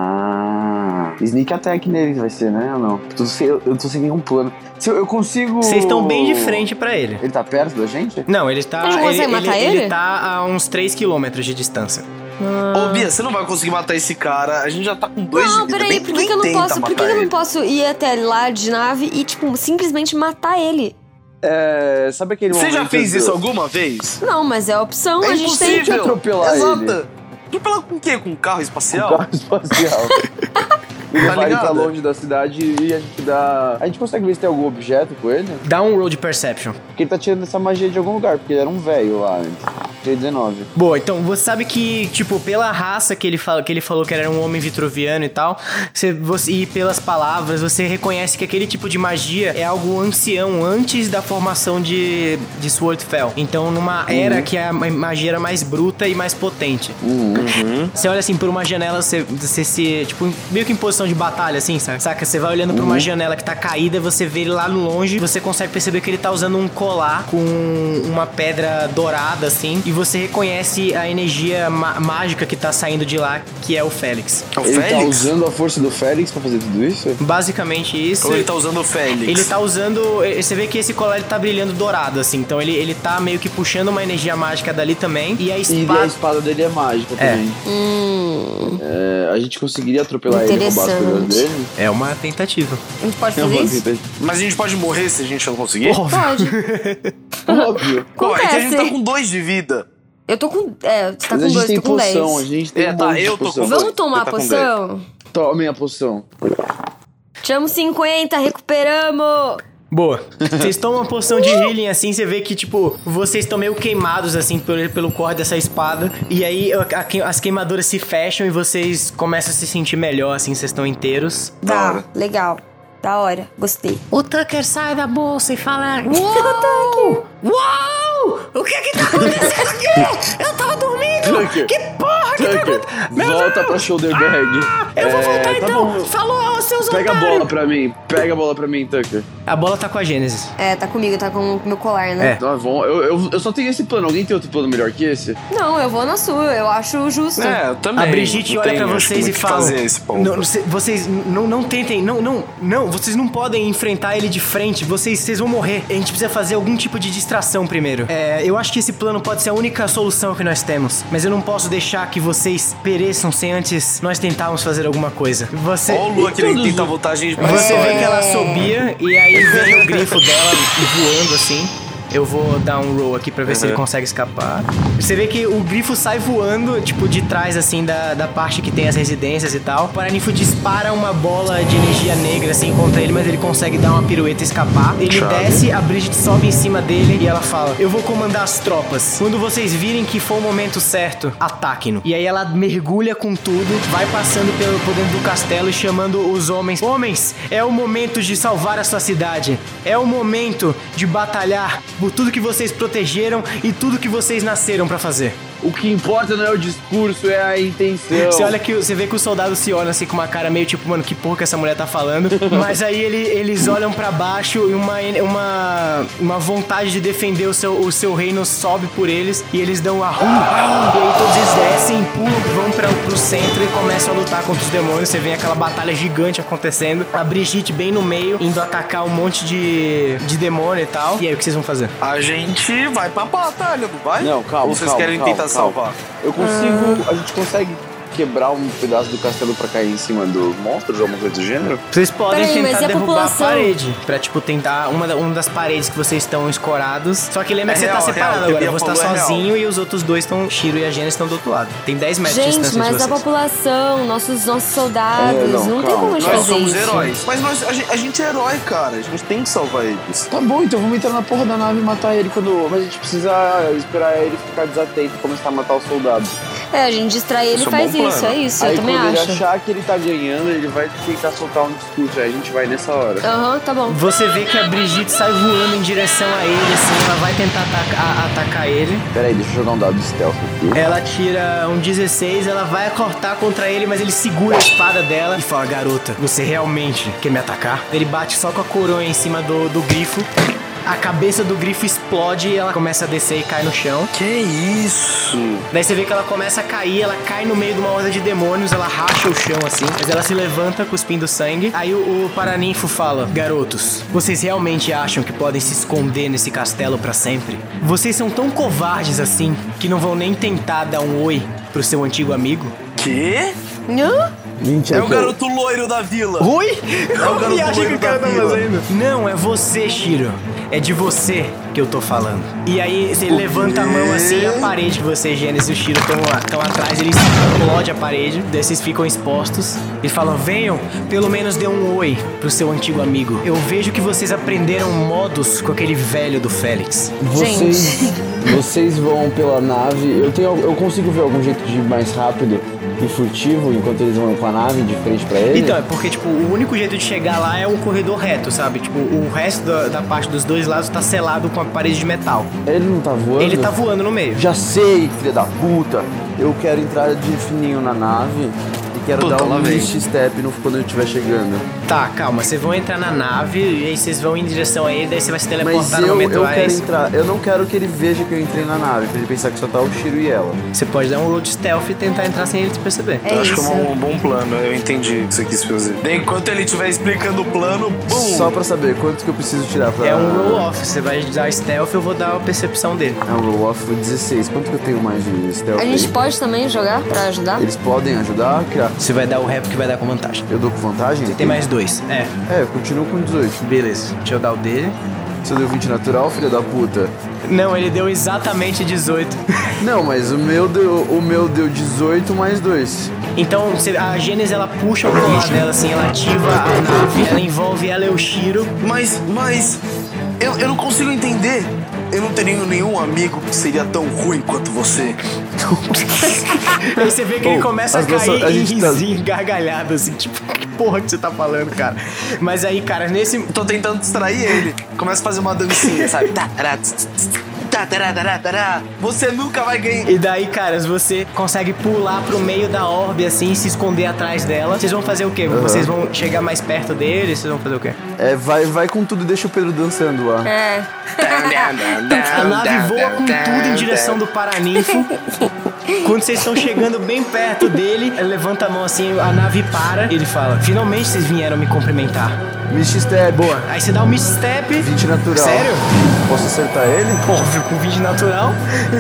Ah. Sneak attack nele vai ser, né? Ou não? Eu tô sem, eu tô sem nenhum plano. Se eu, eu consigo. Vocês estão bem de frente pra ele. Ele tá perto da gente? Não, ele tá. A gente Ele, consegue ele, matar ele ele? tá a uns três quilômetros de distância. Ô, Bia, você não vai conseguir matar esse cara. A gente já tá com dois Não, de vida. peraí, Nem- por que, nem que eu não tenta posso. Por que, matar que eu não ele. posso ir até lá de nave e, tipo, simplesmente matar ele? É. Sabe aquele Você momento. já fez do- isso alguma vez? Não, mas é a opção, É a gente tem. impossível. atropelar Exato. ele. Atropelar com o quê? Com um carro Com espacial? carro espacial. Ele Tá vai pra ligado? longe da cidade e a gente dá. A gente consegue ver se tem algum objeto com ele? Dá um roll de perception. Porque ele tá tirando essa magia de algum lugar, porque ele era um velho lá antes. Tirei dezenove. Boa, então você sabe que, tipo, pela raça que ele, fala, que ele falou que era um homem vitruviano e tal, você, você, e pelas palavras, você reconhece que aquele tipo de magia é algo ancião, antes da formação de, de Swordfell. Então, numa era que a ma- magia era mais bruta e mais potente. Uhum. Você olha assim por uma janela, você, você se. Tipo, meio que em posição de batalha, assim, saca? Saca? Você vai olhando pra uma janela que tá caída, você vê ele lá no longe, você consegue perceber que ele tá usando um colar com uma pedra dourada, assim, e você reconhece a energia ma- mágica que tá saindo de lá, que é o Félix. É o Ele tá Félix? usando a força do Félix pra fazer tudo isso? Basicamente isso. Ou ele tá usando o Félix? Ele tá usando. Você vê que esse colar ele tá brilhando dourado, assim. Então ele, ele tá meio que puxando uma energia mágica dali também. E a E espada. a espada dele é mágica É. também. Hum. É, a gente conseguiria atropelar ele e roubar as coisas Interessante. dele? É uma tentativa. A gente pode Eu fazer vou isso? tentar- Mas a gente pode morrer se a gente não conseguir? Óbvio. Pode. Óbvio. Pô, é que a gente tá Acontece. com dois de vida. Eu tô com. É, você tá Mas com a gente dois, tem tô com dez. poção, a gente tem É, um tá, monte de eu tô poção. com Vamos dois. tomar Você a tá com poção? Tomem a poção. Tiramos cinquenta, recuperamos! Boa. Vocês tomam uma poção de healing assim, você vê que, tipo, vocês estão meio queimados, assim, pelo, pelo corte dessa espada. E aí a- a que- as queimaduras se fecham e vocês começam a se sentir melhor, assim, vocês estão inteiros. Da Tá, hora. legal. Da hora, gostei. O Tucker sai da bolsa e fala: Uou! Uou! O que que tá acontecendo aqui? Eu tava dormindo! Tucker. Que porra que tá Tucker, acontecendo? Meu volta Deus! pra shoulder bag. Eu vou É, voltar tá então! bom. Falou, seus Pega a otários! bola pra mim. Pega a bola pra mim, Tucker. A bola tá com a Gênesis. É, tá comigo, tá com o meu colar, né? É. Tá bom. Eu, eu, eu só tenho esse plano. Alguém tem outro plano melhor que esse? Não, eu vou na sua, eu acho justo. É, eu também. A Brigitte Não olha tem, pra acho, vocês muito e o que fala: fazer esse ponto. não, cê- vocês não, não tentem, não, não, não, vocês não podem enfrentar ele de frente, vocês, vocês vão morrer. A gente precisa fazer algum tipo de distração primeiro. É, eu acho que esse plano pode ser a única solução que nós temos, mas eu não posso deixar que vocês pereçam sem antes nós tentarmos fazer alguma coisa. Você, Ó o Lua querendo todos tentar os- voltar a gente pra você vê história. que ela assobia e aí vem o grifo dela voando assim. Eu vou dar um roll aqui pra ver se ele consegue escapar. Você vê que o grifo sai voando, tipo, de trás, assim, da, da parte que tem as residências e tal. O Paraninfo dispara uma bola de energia negra, assim, contra ele, mas ele consegue dar uma pirueta e escapar. Ele Chave. desce, a Brigitte sobe em cima dele e ela fala: eu vou comandar as tropas. Quando vocês virem que for o momento certo, ataquem-no. E aí ela mergulha com tudo, vai passando pelo, por dentro do castelo e chamando os homens. Homens, é o momento de salvar a sua cidade. É o momento de batalhar por tudo que vocês protegeram e tudo que vocês nasceram pra fazer. O que importa não é o discurso, é a intenção. Você olha que você vê que os soldados se olham assim com uma cara meio tipo, mano, que porra que essa mulher tá falando. Mas aí ele- eles olham pra baixo e uma, uma, uma vontade de defender o seu, o seu reino sobe por eles e eles dão a rum, e aí todos eles descem, pulam, vão pra, pro centro e começam a lutar contra os demônios. Você vê aquela batalha gigante acontecendo. A Brigitte bem no meio, indo atacar um monte de, de demônio e tal. E aí, o que vocês vão fazer? A gente vai pra batalha, não vai? Não, calma, Ou vocês calma, querem calma, tentar calma. salvar? Eu consigo... A gente consegue quebrar um pedaço do castelo pra cair em cima dos monstros ou alguma coisa do gênero? Vocês podem Peraí, mas tentar e a derrubar população? a parede. Pra, tipo, tentar uma, da- uma das paredes que vocês estão escorados. Só que lembra É que você real, tá separado real, o que agora. a Bia Você tá falou é sozinho e os outros dois estão... Shiro e a Gênesis estão do outro lado. Tem dez metros de Gente, distância mas de a vocês. população, nossos, nossos soldados, É, não, não, tem calma. como a gente Nós fazer somos isso. heróis. Mas nós, a, gente, a gente é herói, cara. A gente tem que salvar eles. Tá bom, então vamos entrar na porra da nave e matar ele quando... Mas a gente precisa esperar ele ficar desatento e começar a matar os soldados. É, a gente distrai ele e Isso é um faz bom isso, plano. é isso, Aí eu também quando acho. ele achar que ele tá ganhando, ele vai tentar soltar um discurso. Aí a gente vai nessa hora. Aham, tá bom. Você vê que a Brigitte sai voando em direção a ele, assim. Ela vai tentar ataca- a- atacar ele. Pera aí, deixa eu jogar um dado de stealth aqui. Ela tira um dezesseis, ela vai cortar contra ele, mas ele segura a espada dela e fala: garota, você realmente quer me atacar? Ele bate só com a coroa em cima do, do grifo. A cabeça do grifo explode e ela começa a descer e cai no chão. Que isso? Daí você vê que ela começa a cair, ela cai no meio de uma horda de demônios, ela racha o chão assim, mas ela se levanta cuspindo sangue. Aí o, o paraninfo fala: garotos, vocês realmente acham que podem se esconder nesse castelo pra sempre? Vocês são tão covardes assim que não vão nem tentar dar um oi pro seu antigo amigo? Quê? Hã? Gente, É é o que eu- garoto loiro da vila. Oi? É o Qual garoto viagem que loiro o cara da tá vila. fazendo? Não, é você, Shiro. É de você que eu tô falando. E aí você levanta a mão assim, a parede que você, Gênesis e o Shiro estão atrás, eles explodem a parede, daí vocês ficam expostos. Eles falam: venham, pelo menos dê um oi pro seu antigo amigo. Eu vejo que vocês aprenderam modos com aquele velho do Félix. Vocês, vocês vão pela nave. Eu, tenho, eu consigo ver algum jeito de ir mais rápido e furtivo enquanto eles vão com a nave de frente pra ele? Então, é porque, tipo, o único jeito de chegar lá é um corredor reto, sabe? Tipo, o resto da, da parte dos dois lados tá selado com a parede de metal. Ele não tá voando? Ele tá voando no meio. Já sei, filha da puta. Eu quero entrar de fininho na nave e quero Puta, dar lá um vem. mist step no, quando eu estiver chegando. Tá, calma, vocês vão entrar na nave e aí vocês vão em direção a ele, daí você vai se Mas teleportar no eu, momento eu A, é quero isso? entrar. Eu não quero que ele veja que eu entrei na nave, pra ele pensar que só tá o Shiro e ela. Você pode dar um roll de stealth e tentar entrar sem ele te perceber. É Eu acho isso. que é um bom plano. Eu entendi o que você quis fazer. Daí, enquanto ele estiver explicando o plano, bum! Só pra saber, quanto que eu preciso tirar pra... É um roll off, você vai dar stealth, eu vou dar a percepção dele. É um roll off dezesseis. Quanto que eu tenho mais de stealth A gente aí? pode também jogar pra ajudar? Eles podem ajudar? Que a- Você vai dar o rap que vai dar com vantagem. Eu dou com vantagem? Tem mais dois. É, É, eu continuo com dezoito. beleza. Deixa eu dar o dele. Você deu vinte natural, filha da puta? Não, ele deu exatamente dezoito. Não, mas o meu deu, o meu deu dezoito mais dois. Então, você- a Gênesis, ela puxa o colar dela assim, ela ativa a nave, ela envolve ela e o Shiro. Mas, mas... Eu, eu não consigo entender. Eu não tenho nenhum amigo que seria tão ruim quanto você. Aí você vê que ele Oh, começa a as cair nossas- a em gente tá- risinho, gargalhado, assim, tipo, que porra que você tá falando, cara? Mas aí, cara, nesse... Tô tentando distrair ele. Começa a fazer uma dancinha, sabe? Tá, tará, tss, tss, tss, tá, tará, tará, tará. Você nunca vai ganhar. E daí, caras, você consegue pular pro meio da orbe, assim, e se esconder atrás dela. Vocês vão fazer o quê? Vocês vão chegar mais perto dele? Vocês vão fazer o quê? É, vai, vai com tudo e deixa o Pedro dançando lá. É. A nave voa com tudo em direção do paraninfo. Quando vocês estão chegando bem perto dele, ele levanta a mão assim, a nave para. Ele fala: finalmente vocês vieram me cumprimentar. Mist step. Boa. Aí você dá um misstep. vinte natural. Sério? Posso acertar ele? Óbvio, com vinte natural.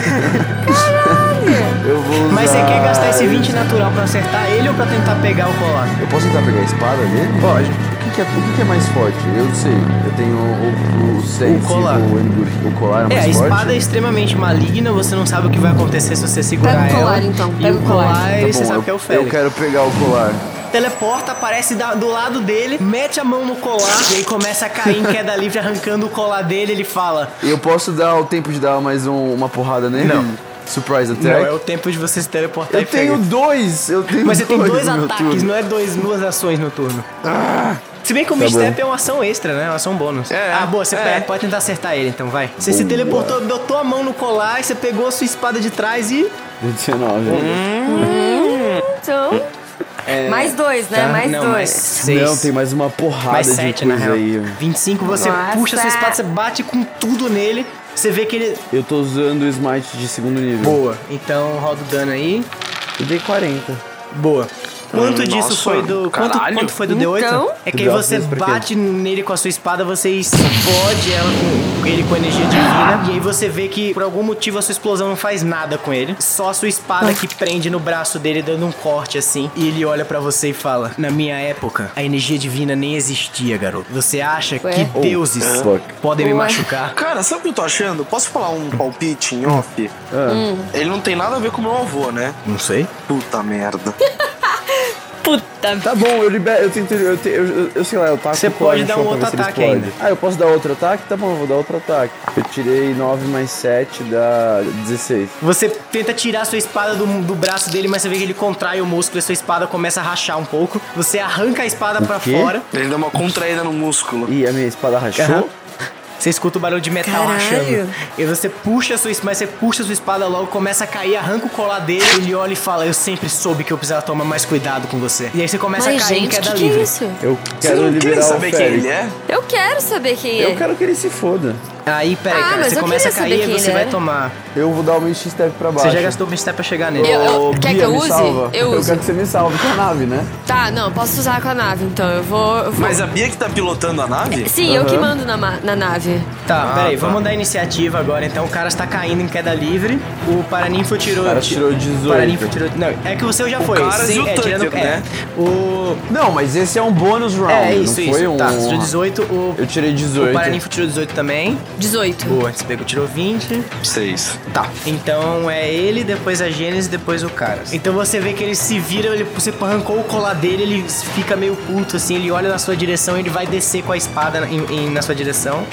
Eu vou usar... Mas você quer gastar esse vinte natural pra acertar ele ou pra tentar pegar o colar? Eu posso tentar pegar a espada dele? Pode. O que, que é, o que, que é mais forte? Eu sei. Eu tenho o, o, o sense, O colar. O, Enguri- o colar é É, mais a forte? espada é extremamente maligna, você não sabe o que vai acontecer se você segurar Pega o colar, ela. então, E pega o o colar. colar, Tá você bom, sabe eu, que é o eu Félix. quero pegar o colar. Teleporta, aparece da- do lado dele, mete a mão no colar e aí começa a cair em queda livre, arrancando o colar dele. Ele fala: E eu posso dar o tempo de dar mais um- uma porrada nele? Não. Surprise attack? não, é o tempo de você se teleportar Eu e tenho pegar. dois! Eu tenho Mas você tem dois no meu ataques, turno. não é dois, duas ações no turno. Se bem que o Tá misstep bom. é uma ação extra, né? Uma ação bônus. É, ah, boa, você é. pega- pode tentar acertar ele, então vai. Você se Boa. teleportou, botou a mão no colar e você pegou a sua espada de trás e... dezenove. Então. Mais dois, né? Tá? Mais não, dois. mais seis. Não, tem mais uma porrada Mais de sete, na coisa real. aí. vinte e cinco, você Nossa. puxa a sua espada, você bate com tudo nele. Você vê que ele... Eu tô usando o smite de segundo nível. Boa. Então roda o dano aí. Eu dei quarenta. Boa. quanto Hum, disso nossa, foi do... Quanto, caralho. quanto foi do D oito? Então? É que aí Do você D oito pra quê? bate nele com a sua espada, você explode ela com ele com energia divina. E aí você vê que, por algum motivo, a sua explosão não faz nada com ele. Só a sua espada que prende no braço dele, dando um corte assim. E ele olha pra você e fala: na minha época, a energia divina nem existia, garoto. Você acha Ué? que deuses fuck. podem me Ué? machucar? Cara, sabe o que eu tô achando? Posso falar um palpite em off? Ah. Ele não tem nada a ver com meu avô, né? Não sei. Puta merda. Puta. Tá bom, eu libero, eu tento, eu, te- eu, eu, eu sei lá, eu taco Você o colar pode no dar chão um pra outro ver se ele ataque explode. ainda. Ah, eu posso dar outro ataque? Tá bom, eu vou dar outro ataque. Eu tirei nove mais sete, dá dezesseis. Você tenta tirar sua espada do, do braço dele, mas você vê que ele contrai o músculo e sua espada começa a rachar um pouco. Você arranca a espada pra quê? fora. Ele deu uma contraída no músculo. Ih, a minha espada rachou? Aham. Você escuta o barulho de metal Caralho. rachando. E você puxa a sua espada, mas você puxa a sua espada logo, começa a cair, arranca o colar dele, ele olha e fala: eu sempre soube que eu precisava tomar mais cuidado com você. E aí você começa Mas, a cair em gente, queda que que livre. é isso? Eu Você quero não liberar quer o saber quem Félix. ele é? Eu quero saber quem é. Eu quero que ele se foda. Aí, peraí, Ah, cara, mas você eu começa a queria saber cair e quem você ele vai era. tomar. Eu vou dar o meu X-Step pra baixo. Você já gastou o step pra chegar nele. Eu- eu- Ô, quer que Bia, eu me use? salva. Eu uso. quero que você me salve com a nave, né? Tá, não, posso usar com a nave, então. Eu vou. Eu vou... Mas a Bia que tá pilotando a nave? Sim, eu que Aham. mando na, ma- na nave. Tá, Ah, peraí, tá. vamos dar iniciativa agora. Então o cara está caindo em queda livre. O Paraninfo tirou. O cara ti- tirou dezoito. O Paraninfo tirou. Não, é que o seu já foi. Caras Sim, e o é, tirando, Tucker, é. né? O. Não, mas esse é um bônus round. É, isso, não isso. foi um... Tá, você tirou dezoito. O, Eu tirei dezoito. o Paraninfo tirou dezoito também. dezoito. Boa, você pegou, tirou vinte. Seis. Tá. Então é ele, depois a Gênesis, depois o Caras. Então você vê que ele se vira, ele, você arrancou o colar dele, ele fica meio puto assim, ele olha na sua direção e ele vai descer com a espada na, em- em- na sua direção.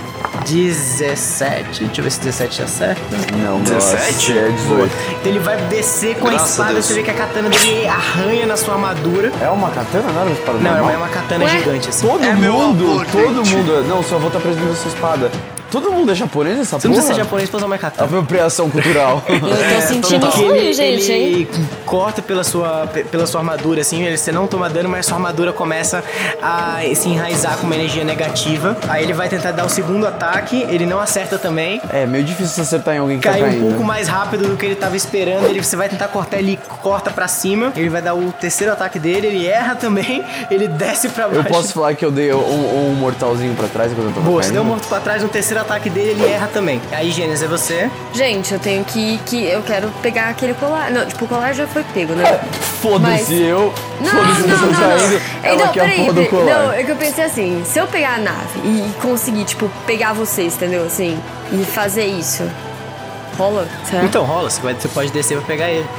dezessete. Deixa eu ver se dezessete acerta. Não, meu, dezessete? acho que é dezoito. Então ele vai descer com Graças a espada, a Deus. você vê que a katana dele arranha na sua armadura. É uma katana, não era uma espada Não, é normal? uma, é uma katana Ué? gigante assim. Todo É meu mundo, avô, todo gente. mundo... Não, sua avó tá apresentando essa espada. Todo mundo é japonês nessa Você não porra? precisa ser japonês pra usar uma katana. Apropriação cultural. Eu tô sentindo Porque frio, ele, gente, hein? ele corta pela sua, pe- pela sua armadura, assim, ele- você não toma dano, mas sua armadura começa a se enraizar com uma energia negativa. Aí ele vai tentar dar o segundo ataque, ele não acerta também. É meio difícil você acertar em alguém que Cai tá um caindo. pouco mais rápido do que ele tava esperando. Ele, você vai tentar cortar, ele corta pra cima. Ele vai dar o terceiro ataque dele, ele erra também. Ele desce pra baixo. Eu posso falar que eu dei um, um mortalzinho pra trás quando eu tava Boa, caindo? você deu um morto pra trás, no terceiro ataque dele ele erra também. Aí, Gênesis, é você. Gente, eu tenho que, que. Eu quero pegar aquele colar. Não, tipo, o colar já foi pego, né? Foda-se Mas- eu. Não, Foda-se não, você não, saindo. não. Ela Então, quer a peraí, porra do peraí. colar. Não, é que eu pensei assim, se eu pegar a nave e conseguir, tipo, pegar vocês, entendeu? Assim, e fazer isso. Rola? Será? Então rola, você, vai, você pode descer pra pegar ele.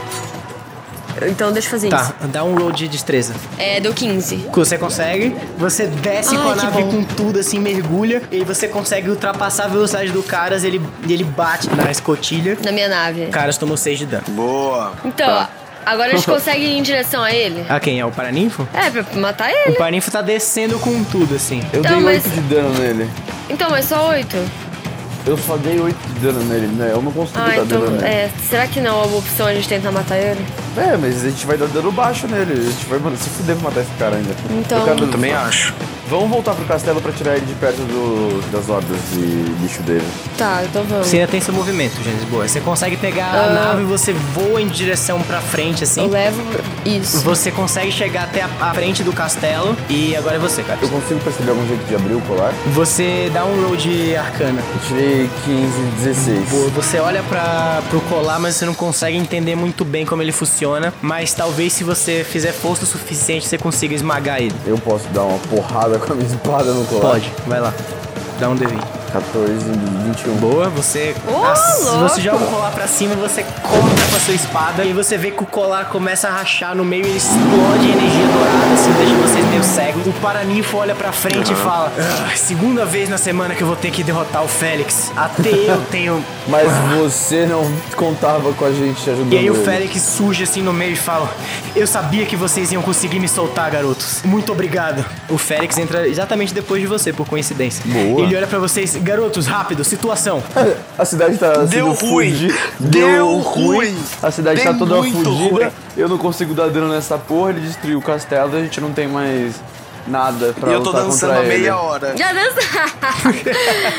Então deixa eu fazer Tá, isso. dá um roll de destreza. É, deu quinze. Você consegue, você desce Ai, com a que nave bom. com tudo, assim, mergulha, e aí você consegue ultrapassar a velocidade do Caras, ele, ele bate na escotilha. Na minha nave. O Caras tomou seis de dano. Boa. Então, agora a gente consegue ir em direção a ele? Ah, quem é? O Paraninfo? É, pra matar O ele. Paraninfo tá descendo com tudo, assim. Eu Então, dei mas- oito de dano nele. Então, mas só oito. Eu só dei oito de dano nele, né? Eu não consigo Ah, dar então. dano nele. É, será que não é uma opção a gente tentar matar ele? É, mas a gente vai dar dano baixo nele. A gente vai, mano, se fuder pra matar esse cara ainda. Então- Eu quero- Eu também acho. Vamos voltar pro castelo pra tirar ele de perto do, das hordas de bicho dele. Tá, então vamos. Você ainda tem seu movimento, Gênesis. Boa. Você consegue pegar a Ah. nave e você voa em direção pra frente, assim. Eu levo. Isso. Você consegue chegar até a, a frente do castelo. E agora é você, cara. Eu consigo perceber algum jeito de abrir o colar? Você dá um roll de arcana. Eu tirei quinze, dezesseis. Boa, você olha pra, pro colar, mas você não consegue entender muito bem como ele funciona. Mas talvez se você fizer força o suficiente, você consiga esmagar ele. Eu posso dar uma porrada com a minha espada no colar? Pode, vai lá. Dá um D vinte. quatorze, vinte e um. Boa, você. Ô, As- louco! você joga o colar pra cima, você corta com a sua espada e você vê que o colar começa a rachar no meio e ele explode em energia dourada, assim, deixa vocês meio cegos. O Paraninfo olha pra frente e fala: "Ah, segunda vez na semana que eu vou ter que derrotar o Félix. Até eu tenho. Mas você não contava com a gente ajudando E aí o ele. Félix surge assim no meio e fala: eu sabia que vocês iam conseguir me soltar, garotos. Muito obrigado. O Félix entra exatamente depois de você, por coincidência. Boa. Ele olha pra vocês: garotos, rápido, situação. A cidade tá Deu sendo ruim. fudi- Deu ruim. A cidade Deu tá toda muito fudida. ruim. Eu não consigo dar dano nessa porra. Ele destruiu o castelo. A gente não tem mais nada pra E eu tô lutar dançando contra há ele. meia hora. Já dança.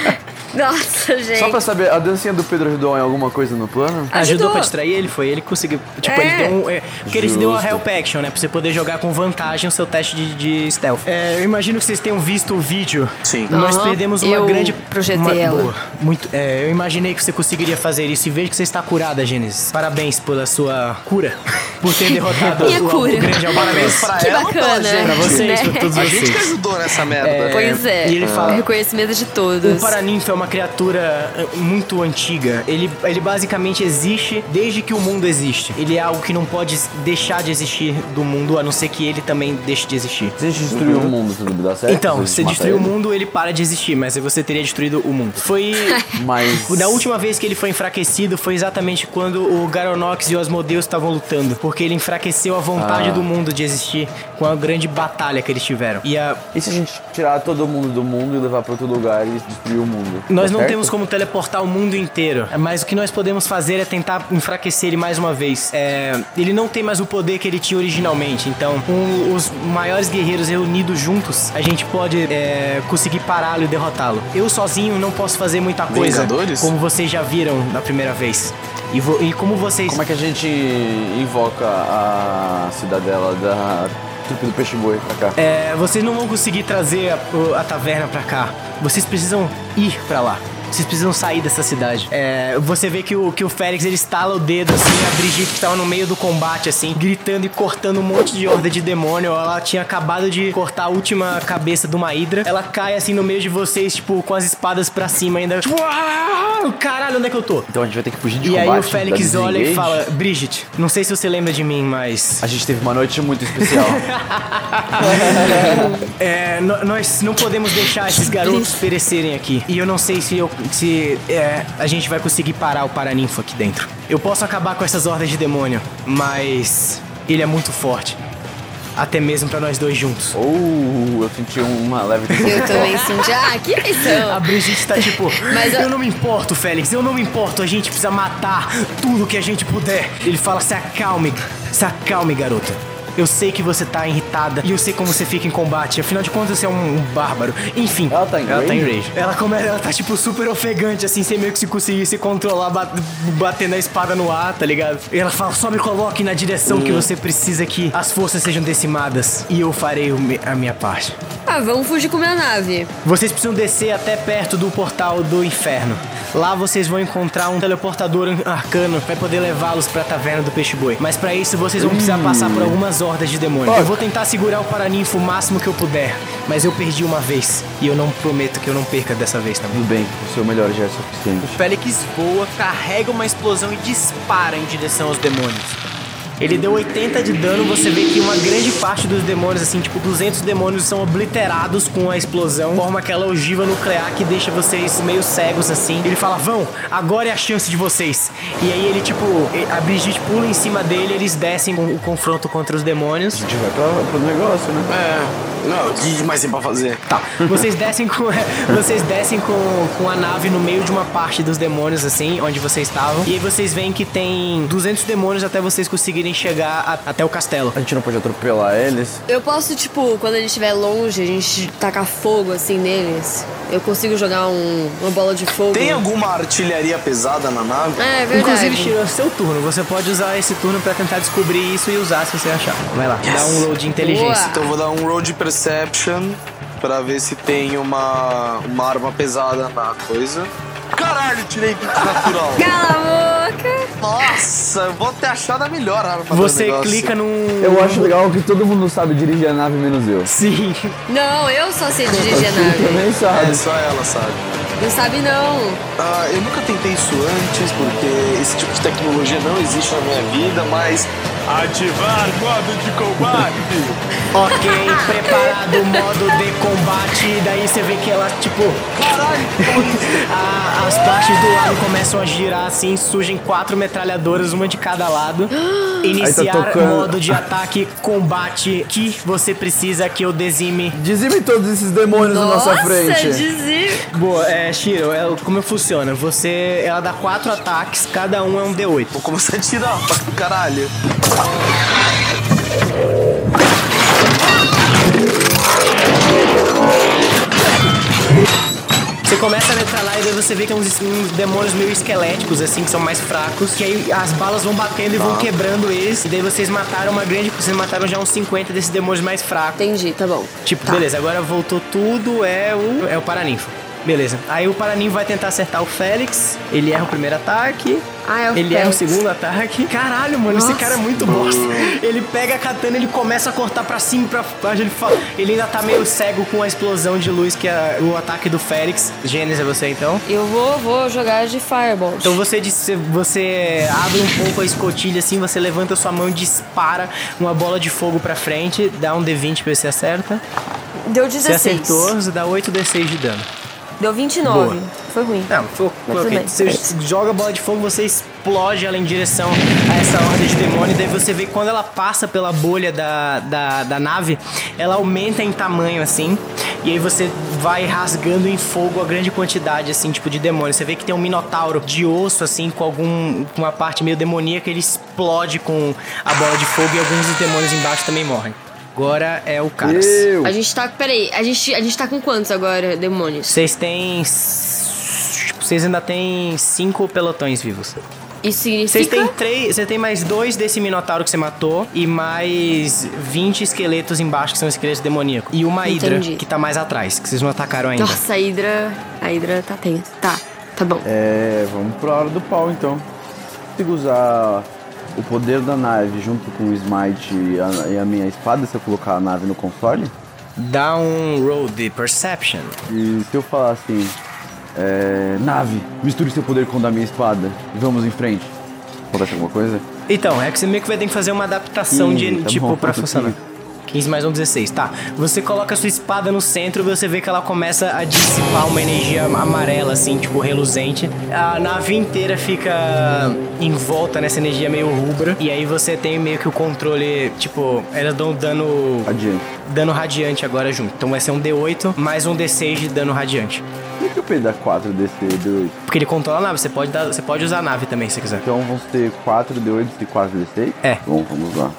Nossa, gente. Só pra saber, a dancinha do Pedro ajudou em alguma coisa no plano? Ajudou, Ajudou pra distrair ele, foi ele que conseguiu. Tipo, É. ele deu um. É, porque eles deu uma Justo. help action, né? Pra você poder jogar com vantagem o seu teste de, de stealth. É, eu imagino que vocês tenham visto o vídeo. Sim. Nós Aham. perdemos uma Eu grande. projetei uma, ela. Boa, muito, é, eu imaginei que você conseguiria fazer isso e vejo que você está curada, Gênesis. Parabéns pela sua cura. Por ter derrotado Minha o, cura. o grande Parabéns Albatross. pra Que ela ou bacana. pra gente? Pra vocês, Né? pra todos A vocês. gente que ajudou nessa merda. Pois é. E ele fala- Reconhecimento de O todos. Paraninfo é uma criatura eh, muito antiga. Ele, ele basicamente existe desde que o mundo existe. Ele é algo que não pode deixar de existir do mundo, a não ser que ele também deixe de existir. Se a gente destruir o mundo, tudo dá certo? Então, Se a gente se matar destruir o ele? mundo, ele para de existir, mas aí você teria destruído o mundo. Foi... Mas... Da última vez que ele foi enfraquecido foi exatamente quando o Garonox e o Asmodeus estavam lutando. Porque ele enfraqueceu a vontade Ah. do mundo de existir com a grande batalha que eles tiveram. E a... E se a gente tirar todo mundo do mundo e levar pra outro lugar e destruir o mundo? Nós Dá não certo? temos como teleportar o mundo inteiro, mas o que nós podemos fazer é tentar enfraquecer ele mais uma vez. É, ele não tem mais o poder que ele tinha originalmente, então com os maiores guerreiros reunidos juntos, a gente pode é, conseguir pará-lo e derrotá-lo. Eu sozinho não posso fazer muita coisa, Vingadores? como vocês já viram da primeira vez. E, vo- e como vocês... Como é que a gente invoca a cidadela da trupe do peixe-boi pra cá? É, vocês não vão conseguir trazer a, o- a taverna pra cá. Vocês precisam ir pra lá. Vocês precisam sair dessa cidade. É, você vê que o, que o Félix, ele estala o dedo, assim, a Brigitte que tava no meio do combate, assim, gritando e cortando um monte de horda de demônio. Ela tinha acabado de cortar a última cabeça de uma hidra. Ela cai, assim, no meio de vocês, tipo, com as espadas pra cima ainda. Tipo, "Ah, caralho, onde é que eu tô?" Então a gente vai ter que fugir de E combate. aí o Félix dar olha e desengage. fala: Brigitte, não sei se você lembra de mim, mas... A gente teve uma noite muito especial. É, no- nós não podemos deixar esses garotos perecerem aqui. E eu não sei se, eu, se é, a gente vai conseguir parar o Paraninfo aqui dentro. Eu posso acabar com essas hordas de demônio, mas ele é muito forte. Até mesmo pra nós dois juntos. Ou eu senti uma leve tensão. Eu também senti. Ah, que A missão. Brigitte tá tipo, Mas eu eu- não me importo, Félix, eu não me importo, a gente precisa matar tudo que a gente puder. Ele fala, se acalme, se acalme, garota. Eu sei que você tá irritada e eu sei como você fica em combate. Afinal de contas, você é um, um bárbaro. Enfim, Ela tá em ela tá em rage? rage. Ela, come, ela tá, tipo, super ofegante, assim, sem meio que se conseguir se controlar, bat, batendo a espada no ar, tá ligado? E ela fala, só me coloque na direção que você precisa que as forças sejam decimadas. E eu farei o me- a minha parte. Ah, vamos fugir com minha nave. Vocês precisam descer até perto do portal do inferno. Lá vocês vão encontrar um teleportador arcano que vai poder levá-los pra taverna do peixe-boi. Mas pra isso vocês vão precisar passar por algumas hordas de demônios. Eu vou tentar segurar o Paraninfo o máximo que eu puder, mas eu perdi uma vez e eu não prometo que eu não perca dessa vez também. Tudo bem, o seu melhor já é suficiente. O Félix voa, carrega uma explosão e dispara em direção aos demônios. Ele deu oitenta de dano, você vê que uma grande parte dos demônios, assim, tipo duzentos demônios são obliterados com a explosão. Forma aquela ogiva nuclear que deixa vocês meio cegos, assim. Ele fala, vão, agora é a chance de vocês. E aí ele, tipo, a Brigitte pula em cima dele, eles descem com o confronto contra os demônios. A gente vai pra, pro negócio, né? É. Não, o que mais tem pra fazer? Tá. Vocês descem com vocês descem com, com a nave no meio de uma parte dos demônios, assim, onde vocês estavam. E aí vocês veem que tem duzentos demônios até vocês conseguirem chegar a- até o castelo. A gente não pode atropelar eles. Eu posso, tipo, quando a gente estiver longe, a gente tacar fogo assim neles. Eu consigo jogar um- uma bola de fogo. Tem alguma artilharia pesada na nave? É, é verdade. Inclusive, Shiro, é o seu turno. Você pode usar esse turno pra tentar descobrir isso e usar se você achar. Vai lá, dá um roll de inteligência. Boa. Então eu vou dar um roll de perception pra ver se tem uma, uma arma pesada na coisa. Caralho, tirei vinte natural. Cala a boca! Nossa, eu vou ter achado a melhor arma do Você negócio. clica num... Eu acho legal que todo mundo sabe dirigir a nave, menos eu. Sim. Não, eu só sei dirigir a Você nave. também sabe. É, só ela sabe. Não sabe, não. Ah, eu nunca tentei isso antes, porque esse tipo de tecnologia não existe na minha vida, mas... Ativar modo de combate! Ok, preparado o modo de combate. E daí você vê que ela, tipo... Caralho! a- as partes do lado começam a girar assim, surgem quatro metralhadoras, uma de cada lado. Iniciar tocando. modo de ataque combate que você precisa que eu dizime. Dizime todos esses demônios na nossa frente. dizer. Boa, é, Shiro, é, como funciona? Você, ela dá quatro ataques, cada um é um D oito. Vou começar a tirar pra caralho. Você começa a metralhar e daí você vê que tem uns, uns demônios meio esqueléticos, assim, que são mais fracos. Que aí as balas vão batendo e vão quebrando eles. E daí vocês mataram uma grande... Vocês mataram já uns cinquenta desses demônios mais fracos. Entendi, tá bom. Tipo, Tá. beleza, agora voltou tudo, é o, é o Paraninfo. Beleza. Aí o Paraninfo vai tentar acertar o Félix. Ele erra o primeiro ataque. Ah, é o Ele Félix. erra o segundo ataque. Caralho, mano, Nossa. esse cara é muito bosta. Ele pega a katana, ele começa a cortar pra cima e pra baixo. Ele, fala, ele ainda tá meio cego com a explosão de luz que é o ataque do Félix. Gênesis, é você então? Eu vou, vou jogar de Fireball. Então você, disse- você abre um pouco a escotilha assim, você levanta sua mão e dispara uma bola de fogo pra frente. Dá um D vinte pra ver se acerta. Deu Você dezesseis. acertou, você dá oito D seis de dano. Deu vinte e nove. Boa. Foi ruim. Não, foi, Mas foi tudo ok. bem. Você joga a bola de fogo, você explode ela em direção a essa horda de demônio. Daí você vê que quando ela passa pela bolha da, da, da nave, ela aumenta em tamanho, assim. E aí você vai rasgando em fogo a grande quantidade, assim, tipo, de demônios. Você vê que tem um minotauro de osso, assim, com algum com uma parte meio demoníaca. Ele explode com a bola de fogo e alguns dos demônios embaixo também morrem. Agora é o Caras. Eu! A gente tá... Peraí, a gente, a gente tá com quantos agora, demônios? Vocês têm... Vocês ainda têm cinco pelotões vivos. Isso significa... Vocês têm três, você tem mais dois desse minotauro que você matou e mais vinte esqueletos embaixo que são esqueletos demoníacos. E uma hidra Entendi. que tá mais atrás, que vocês não atacaram ainda. Nossa, a Hydra... A Hydra tá tensa. Tá, tá bom. É, vamos pra hora do pau então. Consigo usar o poder da nave junto com o Smite e a, e a minha espada se eu colocar a nave no console? Dá um roll de Perception. E se eu falar assim, é, nave, misture seu poder com o da minha espada e vamos em frente. Acontece alguma coisa? Então, é que você meio que vai ter que fazer uma adaptação de, Ih, tá tipo, bom, pra tá funcionar. bom. quinze mais um, dezesseis. Tá. Você coloca a sua espada no centro e você vê que ela começa a dissipar uma energia amarela, assim, tipo, reluzente. A nave inteira fica em volta nessa energia meio rubra. E aí você tem meio que o controle, tipo, elas dão dano... Adiante. Dano radiante agora junto. Então vai ser um D oito mais um D seis de dano radiante. Por que eu peguei dar quatro D C D oito? Porque ele controla a nave. Você pode, dar, você pode usar a nave também, se você quiser. Então vamos ter quatro D oito e quatro D seis? É. Bom, vamos lá.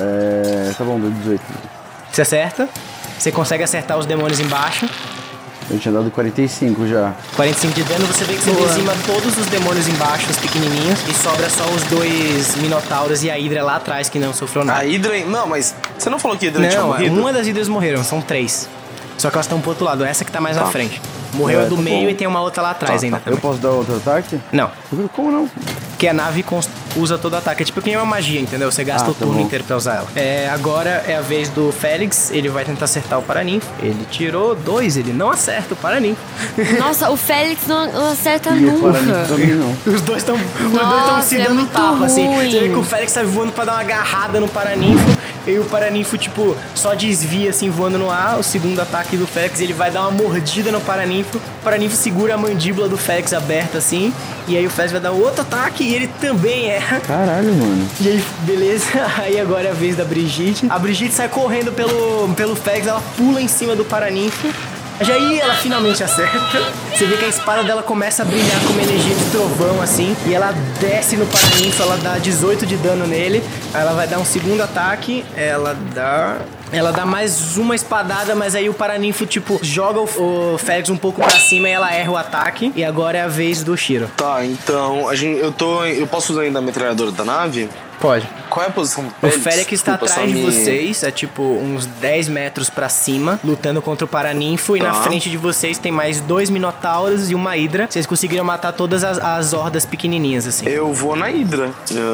É, tá bom, deu dezoito. Você acerta. Você consegue acertar os demônios embaixo. Eu tinha dado quarenta e cinco já. quarenta e cinco de dano, você vê que você dizima todos os demônios embaixo, os pequenininhos, e sobra só os dois minotauros e a Hydra lá atrás que não sofreu nada. A Hydra... Não, mas você não falou que a Hydra tinha Não, morrido? uma das Hydras morreram, são três. Só que elas estão pro outro lado, essa que tá mais Tá. na frente. Morreu É, a do tá meio bom. e tem uma outra lá atrás Tá, ainda tá. também. Eu posso dar outro ataque? Não, Como não? porque a nave cons- usa todo ataque. É tipo que nem uma magia, entendeu? Você gasta Ah, o tá turno bom. inteiro pra usar ela. É, agora é a vez do Félix, ele vai tentar acertar o Paraninfo. Ele tirou dois, ele não acerta o Paraninfo. Nossa, o Félix não, não acerta E o Paraninfo nunca. também não. Os dois estão Nossa, se é dando muito tapa, assim. ruim. Você vê que o Félix tá voando pra dar uma agarrada no Paraninfo. E o Paraninfo, tipo, só desvia, assim, voando no ar. O segundo ataque do Félix, ele vai dar uma mordida no Paraninfo. O Paraninfo segura a mandíbula do Félix aberta, assim. E aí o Félix vai dar outro ataque e ele também erra. Caralho, mano. E aí, beleza. Aí agora é a vez da Brigitte. A Brigitte sai correndo pelo, pelo Félix, ela pula em cima do Paraninfo. Já aí ela finalmente acerta. Você vê que a espada dela começa a brilhar com uma energia de trovão, assim. E ela desce no Paraninfo, ela dá dezoito de dano nele. Aí ela vai dar um segundo ataque. Ela dá... Ela dá mais uma espadada, mas aí o Paraninfo, tipo, joga o, o Félix um pouco pra cima e ela erra o ataque. E agora é a vez do Shiro. Tá, então a gente, eu tô. Eu posso usar ainda a metralhadora da nave? Pode. Qual é a posição do O Félix? Félix está Desculpa, atrás só de me- vocês, é tipo uns dez metros pra cima, lutando contra o Paraninfo. E na Tá. frente de vocês tem mais dois Minotauros e uma Hydra. Vocês conseguiram matar todas as, as hordas pequenininhas, assim. Eu vou na Hydra.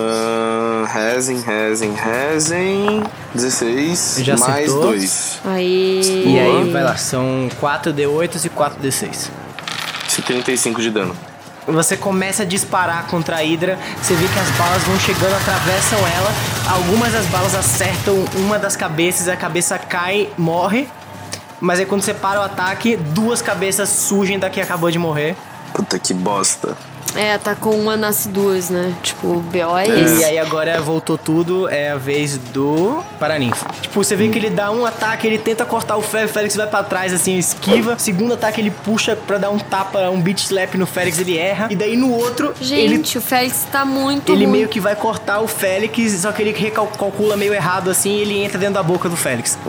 Uh, Rezen, Rezen, Rezen. dezesseis. Já mais acertou? dois. Aí... E aí, vai lá, são quatro D oito e quatro D seis. trinta e cinco de dano. Você começa a disparar contra a Hydra, você vê que as balas vão chegando, atravessam ela. Algumas das balas acertam uma das cabeças, a cabeça cai, morre. Mas aí quando você para o ataque, duas cabeças surgem da que acabou de morrer. Puta que bosta. É, tá com uma, nasce duas, né? Tipo, o B O é esse. E aí agora voltou tudo, é a vez do Paraninfo. Tipo, você vê que ele dá um ataque, ele tenta cortar o Félix, o Félix vai pra trás, assim, esquiva. Segundo ataque, ele puxa pra dar um tapa, um beat slap no Félix, ele erra. E daí no outro, ele, Gente, o Félix tá muito ele ruim. meio que vai cortar o Félix, só que ele recalcula meio errado, assim, e ele entra dentro da boca do Félix.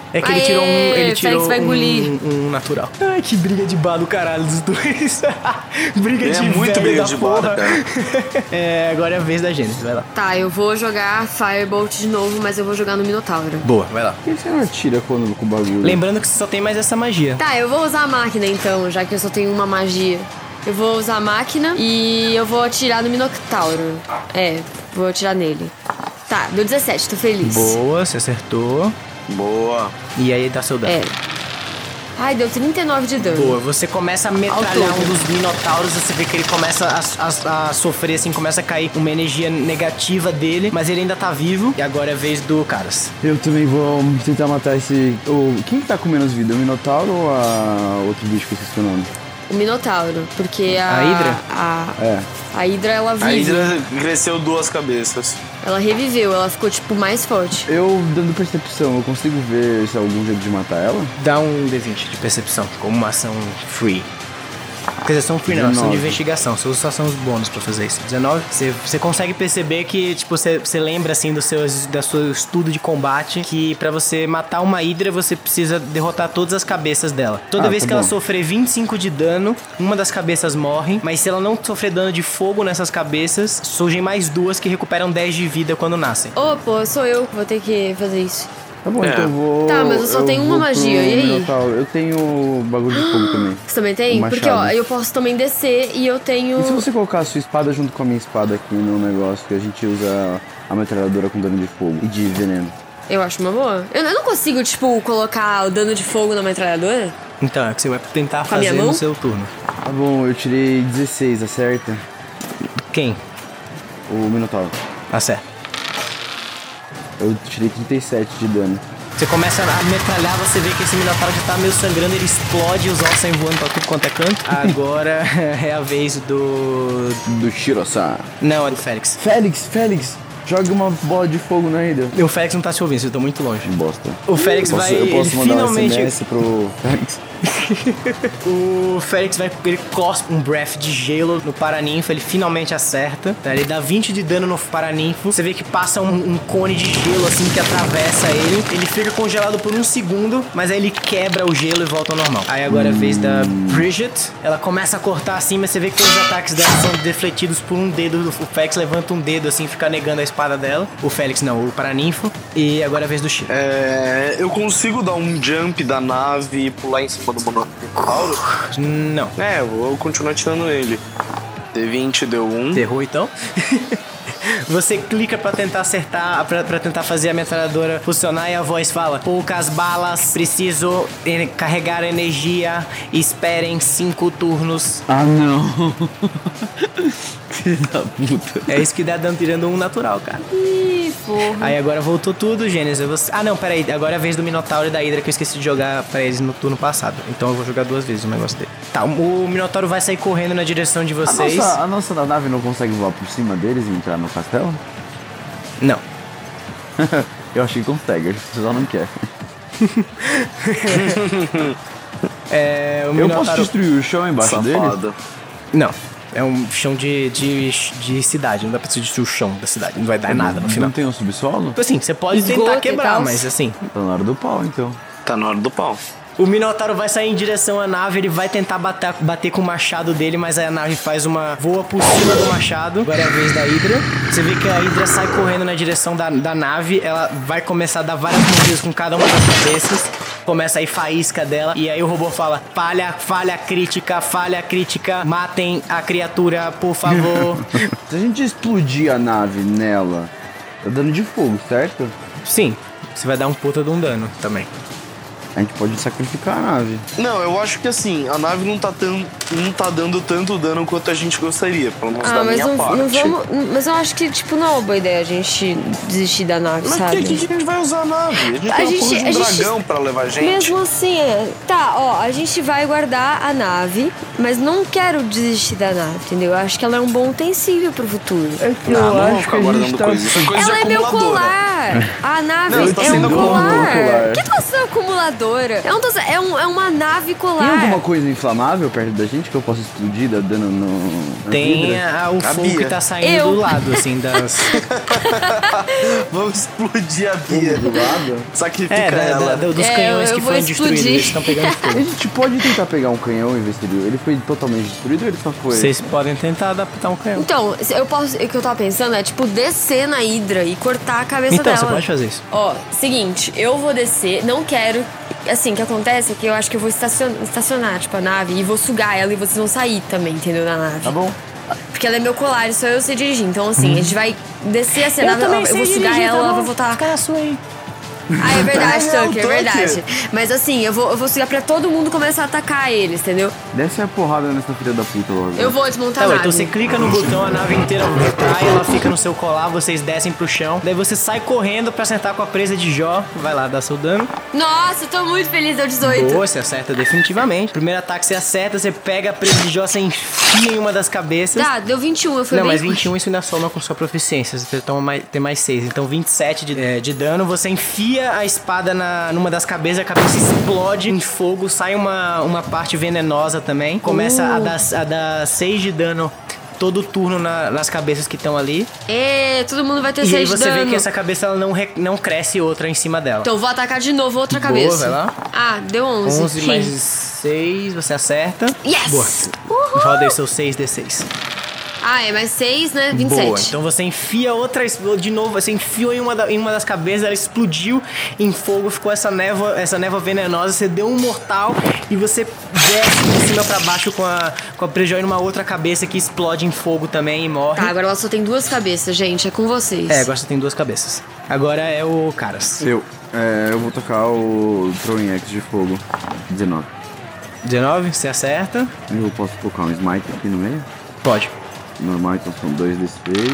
É que ele Aê, tirou um, ele tirou Félix vai engolir. um, um natural. Ai, que briga de bar do caralho dos dois. briga É de muito velho briga da de porra. bar, cara. É, agora é a vez da Gênesis, vai lá. Tá, eu vou jogar Firebolt de novo, mas eu vou jogar no Minotauro. Boa, vai lá. Por que você não atira quando com o bagulho? Lembrando que você só tem mais essa magia. Tá, eu vou usar a máquina então, já que eu só tenho uma magia. Eu vou usar a máquina e eu vou atirar no Minotauro. É, vou atirar nele. Tá, deu dezessete, tô feliz. Boa, você acertou. Boa. E aí dá seu dano. É. Ai, deu trinta e nove de dano. Boa, você começa a metralhar Ao todo. um dos minotauros, você vê que ele começa a, a- a sofrer, assim, começa a cair uma energia negativa dele, mas ele ainda tá vivo. E agora é a vez do Caras. Eu também vou tentar matar esse... O... Quem que tá com menos vida? O Minotauro ou a... outro bicho que eu esqueci o nome? O Minotauro, porque a... A Hidra? A, É. a Hidra, ela vive. A Hidra cresceu duas cabeças. Ela reviveu, ela ficou, tipo, mais forte. Eu, dando percepção, eu consigo ver se há algum jeito de matar ela? Dá um D vinte de percepção, como uma ação free. Quer dizer, são free não, ação de dezenove. investigação. Você usa só ação os bônus pra fazer isso. dezenove. Você, você consegue perceber que, tipo, você, você lembra, assim, do seu, do seu estudo de combate, que pra você matar uma Hidra, você precisa derrotar todas as cabeças dela. Toda Ah, vez tá que ela bom. sofrer vinte e cinco de dano, uma das cabeças morre, mas se ela não sofrer dano de fogo nessas cabeças, surgem mais duas que recuperam dez de vida quando nascem. Ô, pô, sou eu que vou ter que fazer isso. Tá bom, É. então eu vou... Tá, mas eu só tenho uma vou magia, pro e aí? Minotauro. Eu tenho bagulho de fogo também. Você também tem? O Porque, ó, machado. eu posso também descer e eu tenho... E se você colocar a sua espada junto com a minha espada aqui no negócio, que a gente usa a metralhadora com dano de fogo e de veneno? Eu acho uma boa. Eu, eu não consigo, tipo, colocar o dano de fogo na metralhadora? Então, é o que você vai tentar Com a minha fazer mão? no seu turno. Tá bom, eu tirei dezesseis, acerta? Quem? O Minotauro. Acerta. Eu tirei trinta e sete de dano. Você começa a metralhar, você vê que esse Minotauro já tá meio sangrando, ele explode, os ossos saem voando pra tudo quanto é canto. Agora é a vez do... Do Shiro-san. Não, é do Félix. Félix, Félix, joga uma bola de fogo na Hidra. O Félix não tá te ouvindo, vocês estão muito longe. Bosta. O Félix eu posso, vai... Eu posso ele mandar finalmente... um S M S pro Félix. O Félix vai, ele cospe um breath de gelo no Paraninfo, ele finalmente acerta, tá? Ele dá vinte de dano no Paraninfo, você vê que passa um, um cone de gelo assim que atravessa ele, ele fica congelado por um segundo, mas aí ele quebra o gelo e volta ao normal. Aí agora é a vez da Bridget, ela começa a cortar assim, mas você vê que os ataques dela são defletidos por um dedo, o Félix levanta um dedo assim, fica negando a espada dela, o Félix não, o Paraninfo, e agora é a vez do Shiro. É, eu consigo dar um jump da nave e pular em cima do Minotauro? Não. É, eu vou continuar tirando ele. D vinte deu um. Errou então? Você clica pra tentar acertar, pra, pra tentar fazer a metralhadora funcionar e a voz fala: poucas balas, preciso en- carregar energia, esperem cinco turnos. Ah, não. Filho da puta. É isso que dá dano tirando um natural, cara. Ih, porra. Aí agora voltou tudo, Gênesis. Você... Ah, não, peraí. Agora é a vez do Minotauro e da Hidra que eu esqueci de jogar pra eles no turno passado. Então eu vou jogar duas vezes o negócio dele. Tá, o Minotauro vai sair correndo na direção de A vocês. nossa, a nossa nave não consegue voar por cima deles e entrar no castelo? Não. Eu achei que consegue, você só não quer. É, o Eu Minotauro... posso destruir o chão embaixo deles? Safada. Não. É um chão de, de, de cidade, não dá pra você destruir o chão da cidade, não vai dar nada no final. Não tem um subsolo? Tipo assim, você pode Esgoto tentar e quebrar, tal. mas assim, Tá na hora do pau, então. Tá na hora do pau. o Minotauro vai sair em direção à nave, ele vai tentar bater, bater com o machado dele, mas aí a nave faz uma voa por cima do machado. Agora é a vez da Hidra. Você vê que a Hidra sai correndo na direção da, da nave, ela vai começar a dar várias mordidas com cada uma das cabeças. Começa a ir faísca dela, e aí o robô fala: falha, falha crítica, falha crítica, matem a criatura, por favor. Se a gente explodir a nave nela, tá dando de fogo, certo? Sim, você vai dar um puta de um dano também. A gente pode sacrificar a nave. Não, eu acho que assim, a nave não tá, tão, não tá dando tanto dano quanto a gente gostaria, pelo menos Ah, da mas minha não, parte. não vamos. Mas eu acho que, tipo, não é uma boa ideia a gente desistir da nave, Mas sabe? que, que, que a gente vai usar a nave? A gente A tem uma gente- porra de um a gente- dragão pra levar a gente. Mesmo assim, é. Tá, ó, a gente vai guardar a nave, mas não quero desistir da nave, entendeu? Eu acho que ela é um bom utensílio pro futuro. É que Não, eu não vou acho que ficar a gente guardando tá... coisas. São coisas Ela de é meu acumuladora. colar! colar. A nave Não, eu tô é sendo um colar. colar. Que tô sendo acumuladora? Eu não tô sendo, é, um, é uma nave colar. Tem alguma coisa inflamável perto da gente que eu possa explodir dando no. na Tem vidra? a, o A fogo Bia. que tá saindo Eu. do lado, assim, das... Vamos explodir a Bia. Do lado? Sacrifica É, da, ela. da, dos É, canhões eu que vou foram destruídos. explodir. Eles estão pegando A fogo. gente pode tentar pegar um canhão e ver se ele. Ele foi totalmente destruído ou ele só foi. Vocês podem tentar adaptar um canhão. Então, se eu posso, o que eu tava pensando é, tipo, descer na Hidra e cortar a cabeça Então, dela. você pode fazer isso. Ó, seguinte, eu vou descer, não quero... Assim, o que acontece é que eu acho que eu vou estacionar, estacionar, tipo, a nave e vou sugar ela e vocês vão sair também, entendeu, da nave. Tá bom. Porque ela é meu colar e só eu sei dirigir. Então, assim, a gente vai descer a cena, eu, eu vou sugar ela, ela vai voltar... Fica na sua aí. Ah, é verdade, Ah, não, Tucker, é Tucker. verdade. Mas assim, eu vou, eu vou sugar pra todo mundo começar a atacar eles, entendeu? Desce a porrada nessa filha da puta logo. Eu vou desmontar Tá, a ué, nave. então você clica no botão, a nave inteira cai, ela fica no seu colar, vocês descem pro chão. Daí você sai correndo pra acertar com a presa de Jó. Vai lá, dá seu dano. Nossa, eu tô muito feliz, deu dezoito. Boa, você acerta definitivamente. Primeiro ataque você acerta, você pega a presa de Jó, você enfia em uma das cabeças. Tá, deu vinte e um, eu fui Não, bem... mas vinte e um isso ainda soma com sua proficiência. Você toma mais, tem mais seis. Então vinte e sete de, é, de dano. Você enfia a espada na, numa das cabeças, a cabeça explode em fogo, sai uma, uma parte venenosa também. Começa Uh. a dar, a dar seis de dano todo turno na- nas cabeças que estão ali. Ê, todo mundo vai ter E aí seis de você dano. vê que essa cabeça ela não, re- não cresce outra em cima dela. Então eu vou atacar de novo outra Boa, cabeça. vai lá. Ah, deu onze. onze Fim. mais seis, você acerta. Yes! Boa. Uhul! Roda aí seus seis D seis. Ah, é mais seis, né? vinte e sete. Boa, então você enfia outra, de novo, você enfiou em uma, da- em uma das cabeças, ela explodiu em fogo, ficou essa névoa, essa névoa venenosa, você deu um mortal e você desce de cima pra baixo com a, com a prejó numa outra cabeça que explode em fogo também e morre. Tá, agora ela só tem duas cabeças, gente. É com vocês. É, agora você tem duas cabeças. Agora é o Caras. Eu. É, eu vou tocar o Throwing Axe de fogo. dezenove. dezenove, você acerta. Eu posso colocar um Smite aqui no meio? Pode. Normal, então são dois D seis.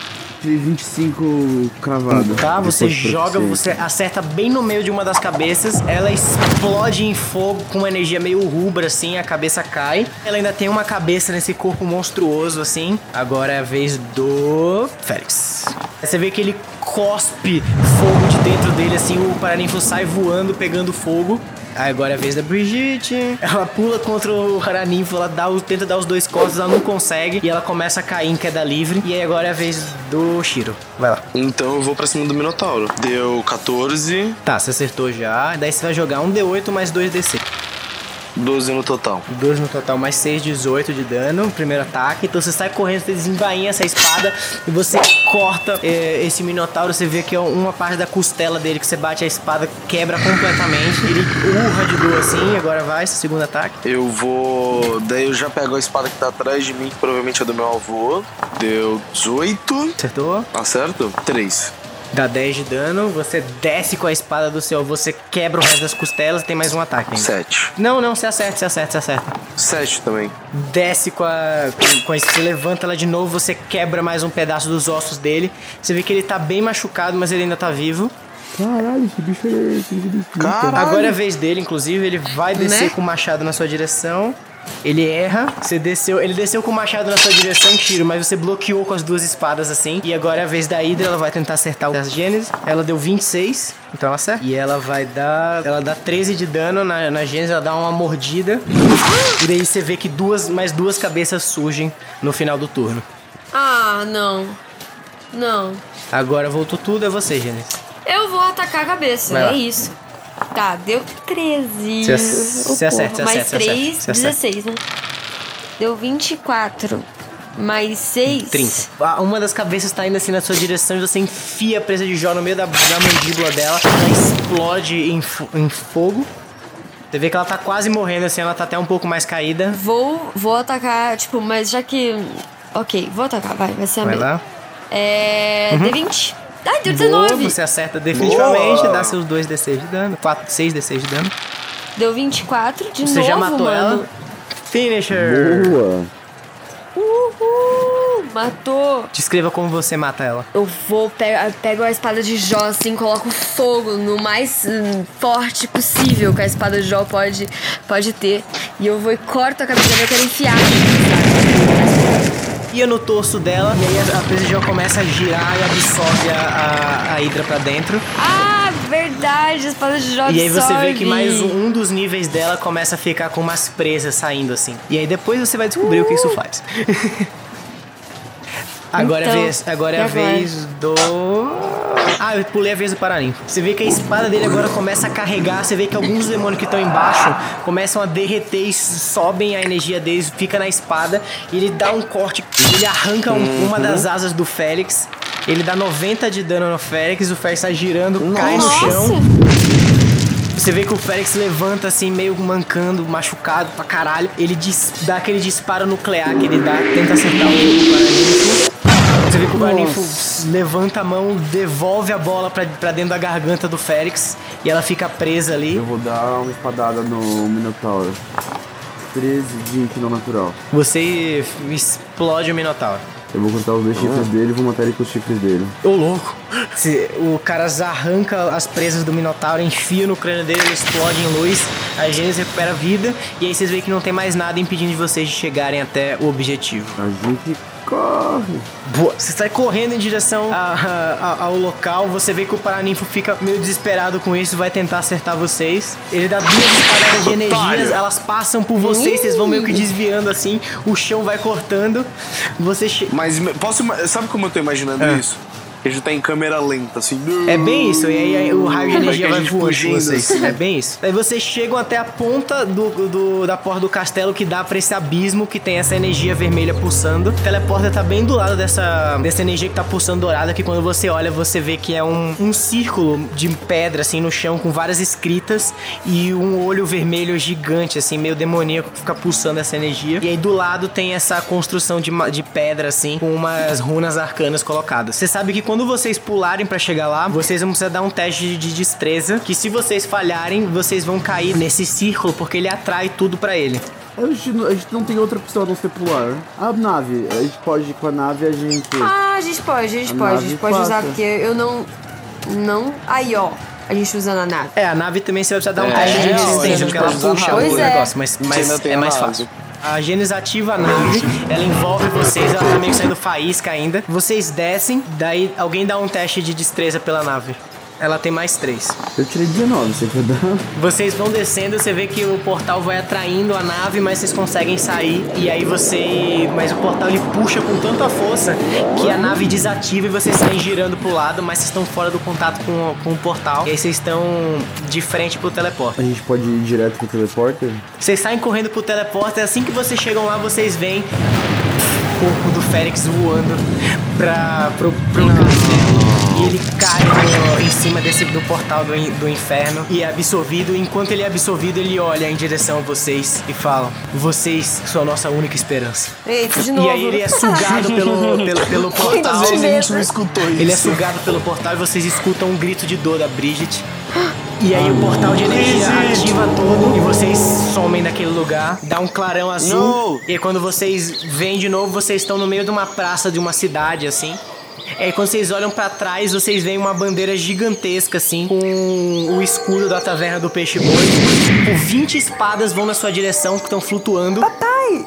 E vinte e cinco cravado. Tá, você Depois de joga, proficiência. você acerta bem no meio de uma das cabeças, ela explode em fogo com uma energia meio rubra, assim, a cabeça cai. Ela ainda tem uma cabeça nesse corpo monstruoso, assim. Agora é a vez do Félix. Você vê que ele cospe fogo de dentro dele, assim, o paraninfo sai voando, pegando fogo. Aí agora é a vez da Brigitte. Ela pula contra o Paraninfo, ela dá o, tenta dar os dois costas, ela não consegue. E ela começa a cair em queda livre. E aí agora é a vez do Shiro. Vai lá. Então eu vou pra cima do Minotauro. Deu quatorze, Tá, você acertou já. Daí você vai jogar um D oito mais dois D seis. doze no total. doze no total, mais seis, dezoito de dano. Primeiro ataque. Então você sai correndo, você desembainha essa espada e você corta é, esse Minotauro. Você vê que é uma parte da costela dele que você bate a espada, quebra completamente. Ele urra de dor assim. Agora vai, esse segundo ataque. Eu vou... Daí eu já pego a espada que tá atrás de mim, que provavelmente é do meu avô. Deu dezoito. Acertou? Acerto? três. Dá dez de dano. Você desce com a espada do seu avô, você quebra o resto das costelas e tem mais um ataque ainda. sete. Não, não, você acerta, você acerta, você acerta. sete também. Desce com a, com, com a. Você levanta ela de novo, você quebra mais um pedaço dos ossos dele. Você vê que ele tá bem machucado, mas ele ainda tá vivo. Caralho, esse bicho é filho de puta. Caralho. Agora é a vez dele, inclusive, ele vai descer Né? com o machado na sua direção. Ele erra, você desceu, ele desceu com o machado na sua direção, tiro, mas você bloqueou com as duas espadas assim. E agora é a vez da Hydra, ela vai tentar acertar o Gênesis. Ela deu vinte e seis, então ela acerta. E ela vai dar, ela dá treze de dano na, na Gênesis, ela dá uma mordida. E daí você vê que duas, mais duas cabeças surgem no final do turno. Ah, não. Não. Agora voltou tudo, é você, Gênesis. Eu vou atacar a cabeça, Vai é lá. isso. Tá, deu treze. Você ac- Ô, você acerta, você porra, mais acerta, você três, acerta, você acerta. dezesseis, né? Deu vinte e quatro. Mais seis. trinta. Ah, uma das cabeças tá indo assim na sua direção e você enfia a presa de Jó no meio da, da mandíbula dela. Ela explode em, fo- em fogo. Você vê que ela tá quase morrendo assim, ela tá até um pouco mais caída. Vou, vou atacar, tipo, mas já que... Ok, vou atacar, vai, vai ser a Vai minha. lá. É... D vinte. Ai, deu Boa, dezenove. você acerta definitivamente, Boa. dá seus dois D seis de dano. quatro, seis D seis de dano. Deu vinte e quatro de Você novo, já matou mano. ela. Finisher. Boa. Uhul, matou. Descreva como você mata ela. Eu vou, pego, pego a espada de Jó, assim, coloco fogo no mais hum, forte possível que a espada de Jó pode, pode ter. E eu vou e corto a cabeça dela, eu quero enfiar. Sabe? E enfia no torso dela e aí a, a presa já começa a girar e absorve a, a, a hidra pra dentro. Ah, verdade, a espada de Jó absorve. E aí você vê que mais um, um dos níveis dela começa a ficar com umas presas saindo assim. E aí depois você vai descobrir uh. o que isso faz. Agora, então, é, vez, agora é a agora? vez do... Ah, eu pulei a vez do Paraninfo. Você vê que a espada dele agora começa a carregar. Você vê que alguns demônios que estão embaixo começam a derreter e sobem a energia deles, fica na espada. E ele dá um corte, ele arranca um, uma das asas do Félix. Ele dá noventa de dano no Félix. O Félix tá girando, Nossa. cai no chão. Você vê que o Félix levanta assim, meio mancando, machucado pra caralho. Ele dis- dá aquele disparo nuclear que ele dá, tenta acertar o Paraninfo. Você vê que o Paraninfo levanta a mão, devolve a bola pra, pra dentro da garganta do Félix e ela fica presa ali. Eu vou dar uma espadada no Minotauro. treze de não natural. Você explode o Minotauro. Eu vou cortar os dois chifres ah. dele e vou matar ele com os chifres dele. Ô, louco! Se, o cara arranca as presas do Minotauro, enfia no crânio dele, ele explode em luz, a Gênesis recupera a vida, e aí vocês veem que não tem mais nada impedindo de vocês de chegarem até o objetivo. A gente corre! Boa. Você sai correndo em direção a, a, ao local, você vê que o Paraninfo fica meio desesperado com isso, vai tentar acertar vocês. Ele dá duas disparadas de energias, elas passam por vocês, vocês vão meio que desviando assim, o chão vai cortando, você che- Mas posso, sabe como eu tô imaginando é. isso? A gente tá em câmera lenta, assim. É bem isso, e aí, aí o raio de energia vai voando com vocês. Assim. É bem isso. Aí vocês chegam até a ponta do, do, da porta do castelo que dá pra esse abismo que tem essa energia vermelha pulsando. O teleporter tá bem do lado dessa, dessa energia que tá pulsando dourada, que quando você olha, você vê que é um, um círculo de pedra, assim, no chão, com várias escritas e um olho vermelho gigante, assim, meio demoníaco, que fica pulsando essa energia. E aí do lado tem essa construção de, de pedra, assim, com umas runas arcanas colocadas. Você sabe que quando vocês pularem pra chegar lá, vocês vão precisar dar um teste de destreza, que se vocês falharem, vocês vão cair nesse círculo, porque ele atrai tudo pra ele. A gente, a gente não tem outra opção a não ser pular. A nave, a gente pode ir com a nave e a gente... Ah, a gente pode, a gente a pode, a gente pode passa. usar, porque eu não... Não... Aí, ó. A gente usando a nave. É, a nave também você vai precisar dar um é, teste de resistência, porque ela puxa o é. negócio, mas, mas é mais fácil. A Gênesis ativa a nave, ela envolve vocês, ela tá meio saindo faísca ainda. Vocês descem, daí alguém dá um teste de destreza pela nave. Ela tem mais três. Eu tirei dezenove, você quer dar? Vocês vão descendo, você vê que o portal vai atraindo a nave, mas vocês conseguem sair. E aí você... Mas o portal ele puxa com tanta força que a nave desativa e vocês saem girando pro lado, mas vocês estão fora do contato com, com o portal. E aí vocês estão de frente pro teleporter. A gente pode ir direto pro teleporter? Vocês saem correndo pro teleporter, assim que vocês chegam lá, vocês veem o corpo do Félix voando pra, pro, pro castelo. E ele cai no, em cima desse, do portal do, do inferno e é absorvido. Enquanto ele é absorvido, ele olha em direção a vocês e fala: vocês são a nossa única esperança. Eita, de novo. E aí ele é sugado pelo, pelo, pelo portal. Quantas vezes a gente não escutou isso? Ele é sugado pelo portal e vocês escutam um grito de dor da Bridget. E aí o portal de energia ativa todo e vocês somem naquele lugar, dá um clarão azul. No. E aí quando vocês vêm de novo, vocês estão no meio de uma praça de uma cidade, assim. E aí quando vocês olham pra trás, vocês veem uma bandeira gigantesca, assim, com o escudo da taverna do Peixe Boi. Com vinte espadas vão na sua direção, que estão flutuando. Papai!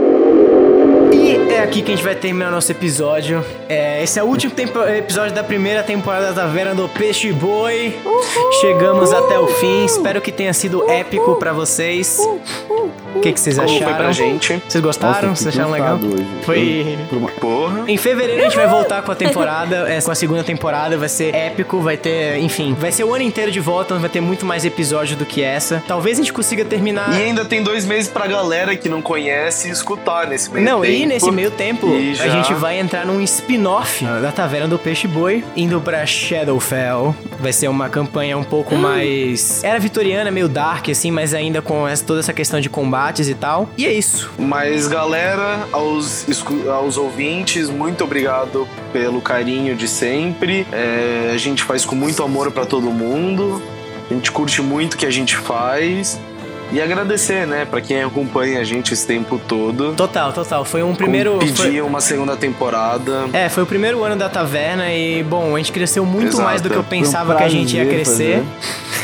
E é aqui que a gente vai terminar nosso episódio. É, esse é o último tempo, episódio da primeira temporada da Taverna do Peixe Boi. Uhul, Chegamos uhul, até o fim. Espero que tenha sido uhul, épico pra vocês. O que, que vocês acharam? Foi pra gente. Vocês gostaram? Nossa, vocês acharam legal? Hoje. Foi. Porra. Em fevereiro a gente vai voltar com a temporada, é, com a segunda temporada. Vai ser épico, vai ter, enfim, vai ser o ano inteiro de volta. Vai ter muito mais episódio do que essa. Talvez a gente consiga terminar. E ainda tem dois meses pra galera que não conhece escutar nesse meio não, tempo. E nesse meio tempo, já... a gente vai entrar num spin-off da Taverna do Peixe Boi, indo pra Shadowfell. Vai ser uma campanha um pouco mais... Era vitoriana, meio dark, assim, mas ainda com essa, toda essa questão de combates e tal. E é isso. Mas, galera, aos, aos ouvintes, muito obrigado pelo carinho de sempre. É, a gente faz com muito amor pra todo mundo. A gente curte muito o que a gente faz. E agradecer, né, pra quem acompanha a gente esse tempo todo. Total, total. Foi um primeiro... Pedir foi... uma segunda temporada. É, foi o primeiro ano da taverna e, bom, a gente cresceu muito Exato. mais do que eu pensava um que a gente ia crescer.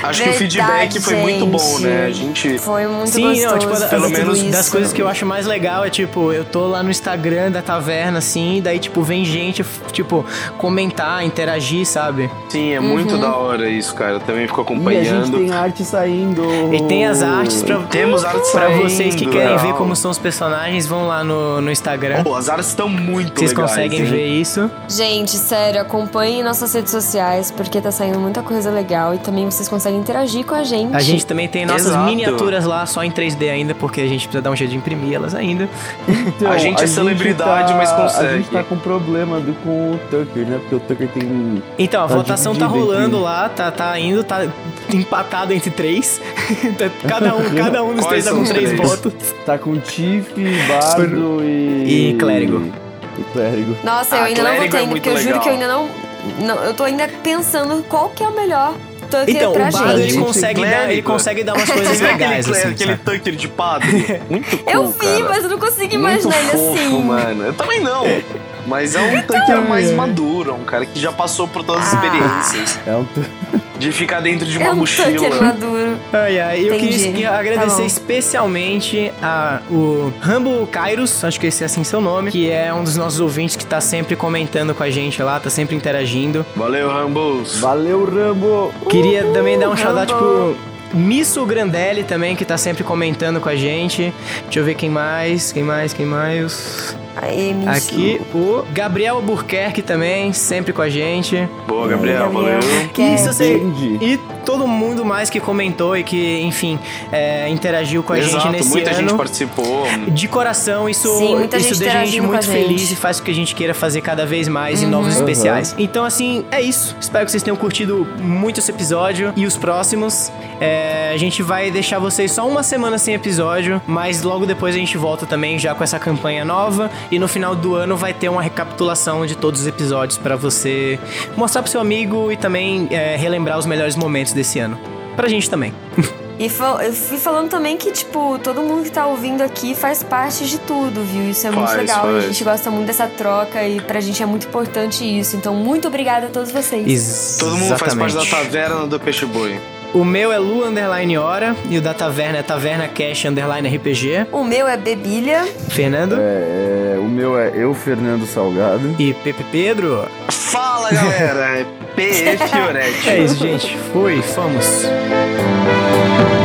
Acho que o feedback foi muito bom, né? A gente... Foi muito Sim, gostoso. não, tipo, da- pelo das, menos das isso. coisas que eu acho mais legal é, tipo, eu tô lá no Instagram da taverna, assim, e daí, tipo, vem gente, tipo, comentar, interagir, sabe? Sim, é Uhum. muito da hora isso, cara. Eu também fico E a gente acompanhando. tem arte saindo. E tem as artes pra, Temos artes pra saindo, vocês que querem real. ver como são os personagens, vão lá no, no Instagram. Pô, as artes estão muito Vocês legais. conseguem hein? ver isso. Gente, sério, acompanhem nossas redes sociais, porque tá saindo muita coisa legal e também vocês conseguem interagir com a gente. A gente também tem nossas Exato. miniaturas lá, só em três D ainda, porque a gente precisa dar um jeito de imprimir elas ainda. Então, A gente é celebridade, tá- mas A consegue. gente tá com problema do, com o Tucker, né? Porque o Tucker tem... Então, a Tá votação tá dividido rolando entre- lá, tá, tá indo, tá empatado entre três. Tá- cada, um, cada um dos Quais três tá são com os três três? votos. Tá com Tiff, Bardo e... E Clérigo. E Clérigo. Nossa, eu Ah, ainda não Clérigo votei é ainda, muito porque eu juro legal. que eu ainda não, não... Eu tô ainda pensando qual que é o melhor Tucker Então, pra o Bardo, ele gente. consegue, dar, Clérigo. ele consegue dar umas coisas Você viu legais, aquele, assim, aquele sabe? Tucker de padre? Muito cool, Eu vi, cara. mas eu não consigo Muito imaginar ele fofo, assim. mano. Eu também não. Mas é um Tucker mais maduro, um cara que já passou por todas as Ah. experiências. É um... tu- De ficar dentro de uma É um mochila. Tucker maduro. Ai, ai, eu Entendi. queria, queria Tá agradecer bom. especialmente a o Rambo Kairos, acho que esse é assim seu nome, que é um dos nossos ouvintes que tá sempre comentando com a gente lá, tá sempre interagindo. Valeu, Rambos. Valeu, Rambo! Queria também dar um shout-out Rambo. pro Misso Grandelli também, que tá sempre comentando com a gente. Deixa eu ver quem mais, quem mais, quem mais... Aí, me Aqui o Gabriel Albuquerque também, sempre com a gente. Boa, Gabriel, valeu. E isso você, Entendi. e todo mundo mais que comentou e que, enfim, é, interagiu com a Exato, gente nesse muita ano. gente participou. De coração, isso, Sim, muita isso gente deixa a gente interagindo com muito a gente. feliz e faz com que a gente queira fazer cada vez mais em novos Uhum. especiais. Então, assim, é isso. Espero que vocês tenham curtido muito esse episódio e os próximos. É, a gente vai deixar vocês só uma semana sem episódio, mas logo depois a gente volta também já com essa campanha nova e no final do ano vai ter uma recapitulação de todos os episódios pra você mostrar pro seu amigo e também é, relembrar os melhores momentos desse ano. Pra gente também. E fa- eu fui falando também que, tipo, todo mundo que tá ouvindo aqui faz parte de tudo, viu? Isso é muito Faz, legal. faz. A gente gosta muito dessa troca e pra gente é muito importante isso. Então, muito obrigada a todos vocês. Ex- Todo mundo faz parte da exatamente. taverna do Peixe Boi. O meu é Lu Underline Hora e o da Taverna é Taverna Cash Underline R P G. O meu é Bebilha. Fernando É, é, o meu é eu, Fernando Salgado. e Pepe Pedro. Fala, galera. É P E Fioretti. É isso, gente. Fui, fomos.